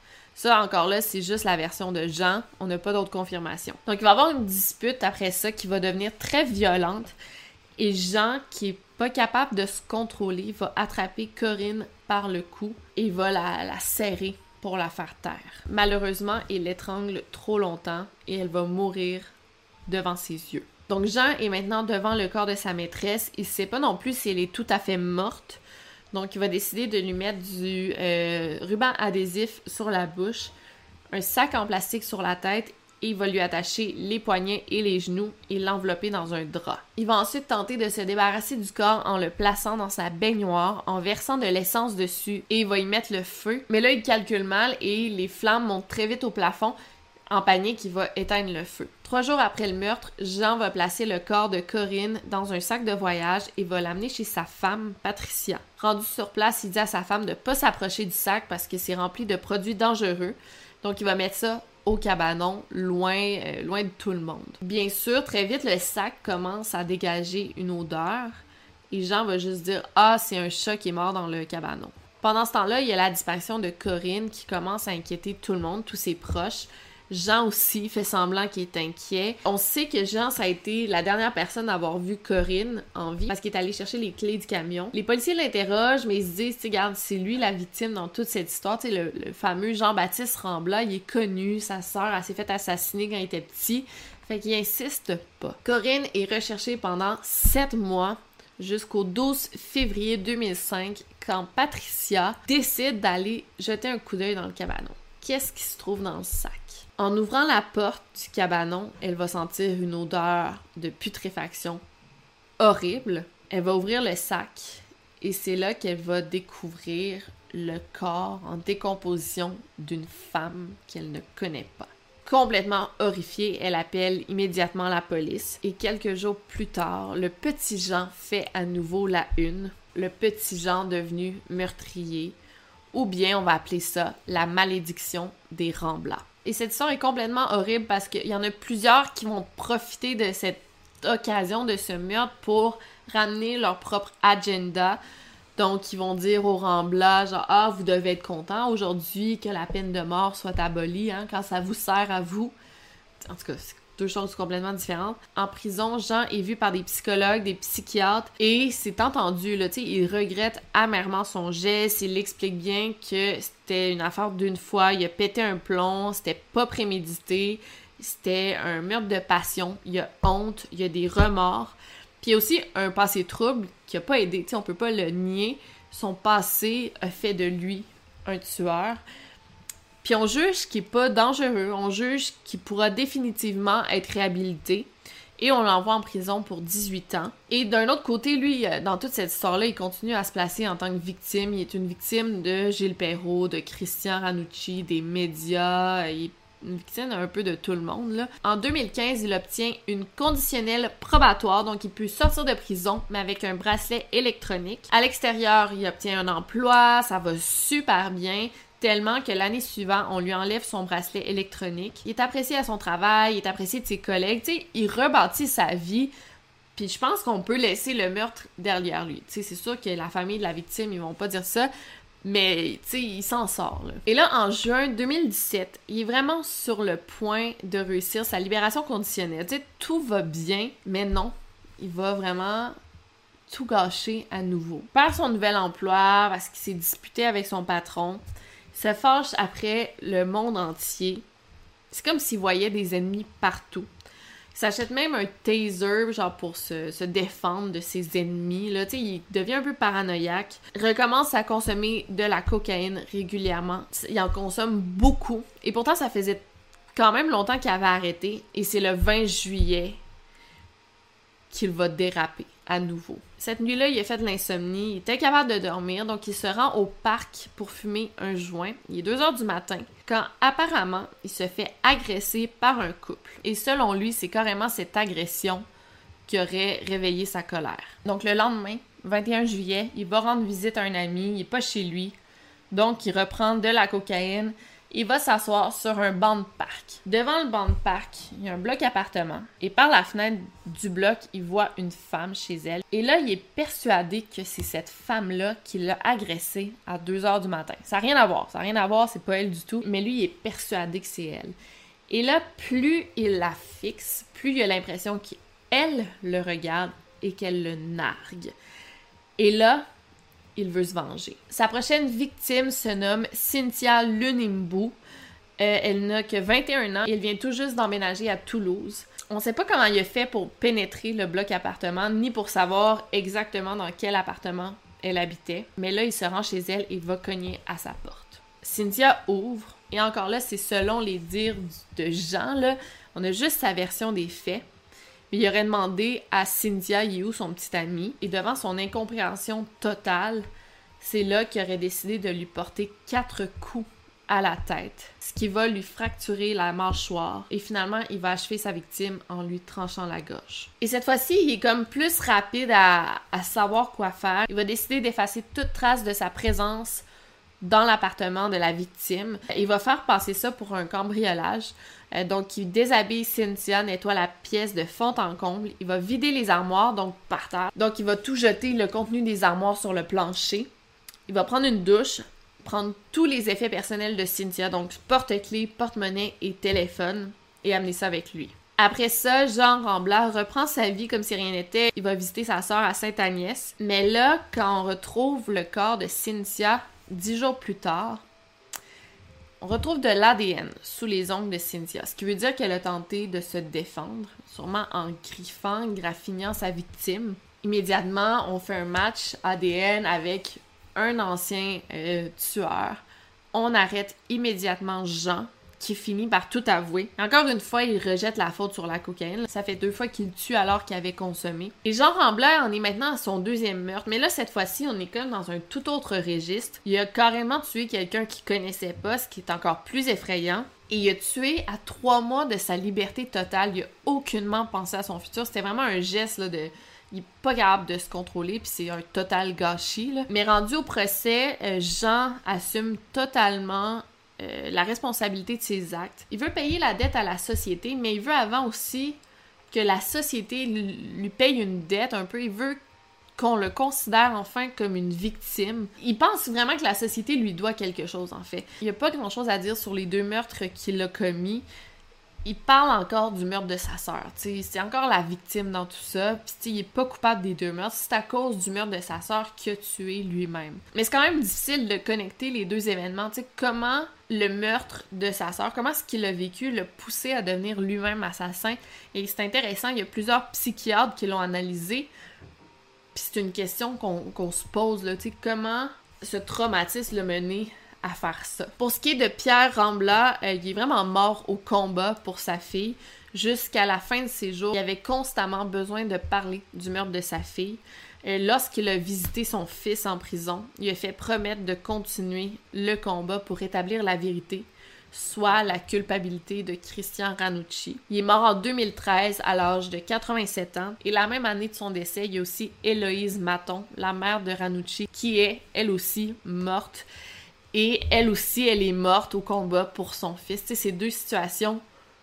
Ça, encore là, c'est juste la version de Jean. On n'a pas d'autre confirmation. Donc, il va y avoir une dispute après ça qui va devenir très violente. Et Jean, qui est pas capable de se contrôler, va attraper Corinne par le cou et va la serrer pour la faire taire. Malheureusement, il l'étrangle trop longtemps et elle va mourir devant ses yeux. Donc, Jean est maintenant devant le corps de sa maîtresse. Il ne sait pas non plus si elle est tout à fait morte. Donc, il va décider de lui mettre du ruban adhésif sur la bouche, un sac en plastique sur la tête et il va lui attacher les poignets et les genoux et l'envelopper dans un drap. Il va ensuite tenter de se débarrasser du corps en le plaçant dans sa baignoire, en versant de l'essence dessus et il va y mettre le feu. Mais là, il calcule mal et les flammes montent très vite au plafond. En panique, il va éteindre le feu. 3 jours après le meurtre, Jean va placer le corps de Corinne dans un sac de voyage et va l'amener chez sa femme, Patricia. Rendu sur place, il dit à sa femme de ne pas s'approcher du sac parce que c'est rempli de produits dangereux. Donc, il va mettre ça au cabanon, loin de tout le monde. Bien sûr, très vite, le sac commence à dégager une odeur et Jean va juste dire « Ah, c'est un chat qui est mort dans le cabanon ». Pendant ce temps-là, il y a la disparition de Corinne qui commence à inquiéter tout le monde, tous ses proches. Jean aussi fait semblant qu'il est inquiet. On sait que Jean, ça a été la dernière personne à avoir vu Corinne en vie parce qu'il est allé chercher les clés du camion. Les policiers l'interrogent, mais ils se disent, regarde, c'est lui la victime dans toute cette histoire. Tu sais, le fameux Jean-Baptiste Rambla, il est connu, sa sœur, elle s'est fait assassiner quand il était petit. Fait qu'il insiste pas. Corinne est recherchée pendant 7 mois jusqu'au 12 février 2005 quand Patricia décide d'aller jeter un coup d'œil dans le cabanon. Qu'est-ce qui se trouve dans le sac? En ouvrant la porte du cabanon, elle va sentir une odeur de putréfaction horrible. Elle va ouvrir le sac et c'est là qu'elle va découvrir le corps en décomposition d'une femme qu'elle ne connaît pas. Complètement horrifiée, elle appelle immédiatement la police et quelques jours plus tard, le petit Jean fait à nouveau la une. Le petit Jean devenu meurtrier, ou bien on va appeler ça la malédiction des Rambla. Et cette histoire est complètement horrible parce qu'il y en a plusieurs qui vont profiter de cette occasion de ce meurtre pour ramener leur propre agenda. Donc, ils vont dire aux Rambla, genre, « Ah, vous devez être content aujourd'hui que la peine de mort soit abolie, hein, quand ça vous sert à vous. » En tout cas, c'est 2 choses complètement différentes. En prison, Jean est vu par des psychologues, des psychiatres, et c'est entendu, là, tu sais, il regrette amèrement son geste, il explique bien que c'était une affaire d'une fois, il a pété un plomb, c'était pas prémédité, c'était un meurtre de passion, il y a honte, il y a des remords, puis il y a aussi un passé trouble qui a pas aidé, tu sais, on peut pas le nier, son passé a fait de lui un tueur. Puis on juge qu'il n'est pas dangereux, on juge qu'il pourra définitivement être réhabilité et on l'envoie en prison pour 18 ans. Et d'un autre côté, lui, dans toute cette histoire-là, il continue à se placer en tant que victime. Il est une victime de Gilles Perrault, de Christian Ranucci, des médias, il est une victime un peu de tout le monde, là. En 2015, il obtient une conditionnelle probatoire, donc il peut sortir de prison, mais avec un bracelet électronique. À l'extérieur, il obtient un emploi, ça va super bien. Tellement que l'année suivante, on lui enlève son bracelet électronique. Il est apprécié à son travail, il est apprécié de ses collègues, tu sais, il rebâtit sa vie, puis je pense qu'on peut laisser le meurtre derrière lui. Tu sais, c'est sûr que la famille de la victime, ils vont pas dire ça, mais tu sais, il s'en sort, là. Et là, en juin 2017, il est vraiment sur le point de réussir sa libération conditionnelle. Tu sais, tout va bien, mais non, il va vraiment tout gâcher à nouveau. Il perd son nouvel emploi parce qu'il s'est disputé avec son patron. Se fâche après le monde entier. C'est comme s'il voyait des ennemis partout. Il s'achète même un taser, genre pour se défendre de ses ennemis. Là, tu sais, il devient un peu paranoïaque. Il recommence à consommer de la cocaïne régulièrement. Il en consomme beaucoup. Et pourtant, ça faisait quand même longtemps qu'il avait arrêté. Et c'est le 20 juillet qu'il va déraper à nouveau. Cette nuit-là, il a fait de l'insomnie, il était incapable de dormir, donc il se rend au parc pour fumer un joint. Il est 2h du matin, quand apparemment, il se fait agresser par un couple. Et selon lui, c'est carrément cette agression qui aurait réveillé sa colère. Donc le lendemain, 21 juillet, il va rendre visite à un ami, il n'est pas chez lui, donc il reprend de la cocaïne. Il va s'asseoir sur un banc de parc. Devant le banc de parc, il y a un bloc appartement. Et par la fenêtre du bloc, il voit une femme chez elle. Et là, il est persuadé que c'est cette femme-là qui l'a agressé à 2h du matin. Ça n'a rien à voir, c'est pas elle du tout. Mais lui, il est persuadé que c'est elle. Et là, plus il la fixe, plus il a l'impression qu'elle le regarde et qu'elle le nargue. Et là, il veut se venger. Sa prochaine victime se nomme Cynthia Lunimbu. Elle n'a que 21 ans et elle vient tout juste d'emménager à Toulouse. On ne sait pas comment il a fait pour pénétrer le bloc appartement, ni pour savoir exactement dans quel appartement elle habitait. Mais là, il se rend chez elle et va cogner à sa porte. Cynthia ouvre, et encore là, c'est selon les dires de Jean, là. On a juste sa version des faits. Mais il aurait demandé à Cynthia il est où son petit ami, et devant son incompréhension totale, c'est là qu'il aurait décidé de lui porter 4 coups à la tête, ce qui va lui fracturer la mâchoire et finalement, il va achever sa victime en lui tranchant la gorge. Et cette fois-ci, il est comme plus rapide à savoir quoi faire. Il va décider d'effacer toute trace de sa présence dans l'appartement de la victime. Il va faire passer ça pour un cambriolage. Donc, il déshabille Cynthia, nettoie la pièce de fond en comble. Il va vider les armoires, donc par terre. Donc, il va tout jeter, le contenu des armoires sur le plancher. Il va prendre une douche, prendre tous les effets personnels de Cynthia, donc porte-clés, porte-monnaie et téléphone, et amener ça avec lui. Après ça, Jean Rambla reprend sa vie comme si rien n'était. Il va visiter sa sœur à Sainte-Agnès. Mais là, quand on retrouve le corps de Cynthia 10 jours plus tard, on retrouve de l'ADN sous les ongles de Cynthia, ce qui veut dire qu'elle a tenté de se défendre, sûrement en graffignant sa victime. Immédiatement, on fait un match ADN avec un ancien tueur. On arrête immédiatement Jean, qui finit par tout avouer. Encore une fois, il rejette la faute sur la cocaïne. Ça fait 2 fois qu'il tue alors qu'il avait consommé. Et Jean Rambla en est maintenant à son 2e meurtre. Mais là, cette fois-ci, on est comme dans un tout autre registre. Il a carrément tué quelqu'un qu'il connaissait pas, ce qui est encore plus effrayant. Et il a tué à 3 mois de sa liberté totale. Il a aucunement pensé à son futur. C'était vraiment un geste là, de... Il est pas capable de se contrôler, puis c'est un total gâchis, là. Mais rendu au procès, Jean assume totalement la responsabilité de ses actes. Il veut payer la dette à la société, mais il veut avant aussi que la société lui paye une dette un peu. Il veut qu'on le considère enfin comme une victime. Il pense vraiment que la société lui doit quelque chose, en fait. Il n'y a pas grand-chose à dire sur les 2 meurtres qu'il a commis. Il parle encore du meurtre de sa sœur, tu sais, c'est encore la victime dans tout ça, puis tu sais, il est pas coupable des 2 meurtres, c'est à cause du meurtre de sa sœur qu'il a tué lui-même. Mais c'est quand même difficile de connecter les 2 événements, tu sais, comment le meurtre de sa sœur, comment est-ce qu'il a vécu, l'a poussé à devenir lui-même assassin, et c'est intéressant, il y a plusieurs psychiatres qui l'ont analysé, puis c'est une question qu'on se pose, là, tu sais, comment ce traumatisme l'a mené à faire ça. Pour ce qui est de Pierre Rambla, il est vraiment mort au combat pour sa fille. Jusqu'à la fin de ses jours, il avait constamment besoin de parler du meurtre de sa fille. Lorsqu'il a visité son fils en prison, il a fait promettre de continuer le combat pour établir la vérité, soit la culpabilité de Christian Ranucci. Il est mort en 2013 à l'âge de 87 ans. Et la même année de son décès, il y a aussi Héloïse Maton, la mère de Ranucci, qui est, elle aussi, morte. Et elle aussi, elle est morte au combat pour son fils. Tu sais, c'est 2 situations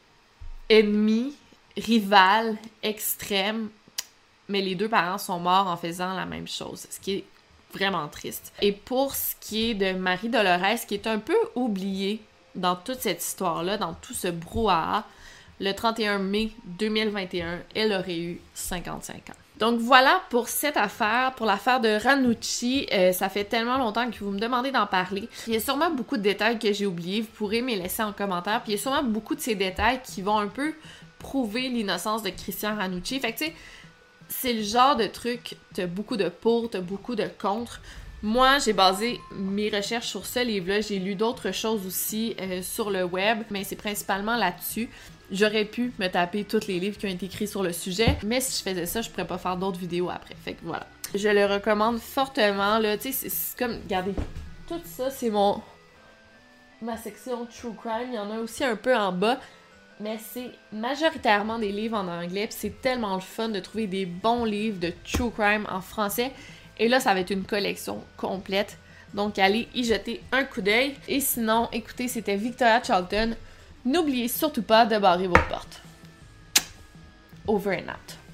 ennemies, rivales, extrêmes, mais les 2 parents sont morts en faisant la même chose, ce qui est vraiment triste. Et pour ce qui est de Marie-Dolorès, qui est un peu oubliée dans toute cette histoire-là, dans tout ce brouhaha, le 31 mai 2021, elle aurait eu 55 ans. Donc voilà pour cette affaire, pour l'affaire de Ranucci. Ça fait tellement longtemps que vous me demandez d'en parler. Il y a sûrement beaucoup de détails que j'ai oubliés, vous pourrez me les laisser en commentaire. Puis il y a sûrement beaucoup de ces détails qui vont un peu prouver l'innocence de Christian Ranucci. Fait que tu sais, c'est le genre de truc, t'as beaucoup de pour, t'as beaucoup de contre. Moi, j'ai basé mes recherches sur ce livre-là. J'ai lu d'autres choses aussi sur le web, mais c'est principalement là-dessus. J'aurais pu me taper tous les livres qui ont été écrits sur le sujet, mais si je faisais ça, je pourrais pas faire d'autres vidéos après. Fait que voilà. Je le recommande fortement, là. Tu sais, c'est comme, regardez, tout ça, c'est ma section True Crime. Il y en a aussi un peu en bas, mais c'est majoritairement des livres en anglais, puis c'est tellement le fun de trouver des bons livres de True Crime en français. Et là, ça va être une collection complète. Donc, allez y jeter un coup d'œil. Et sinon, écoutez, c'était Victoria Charlton. N'oubliez surtout pas de barrer vos portes. Over and out.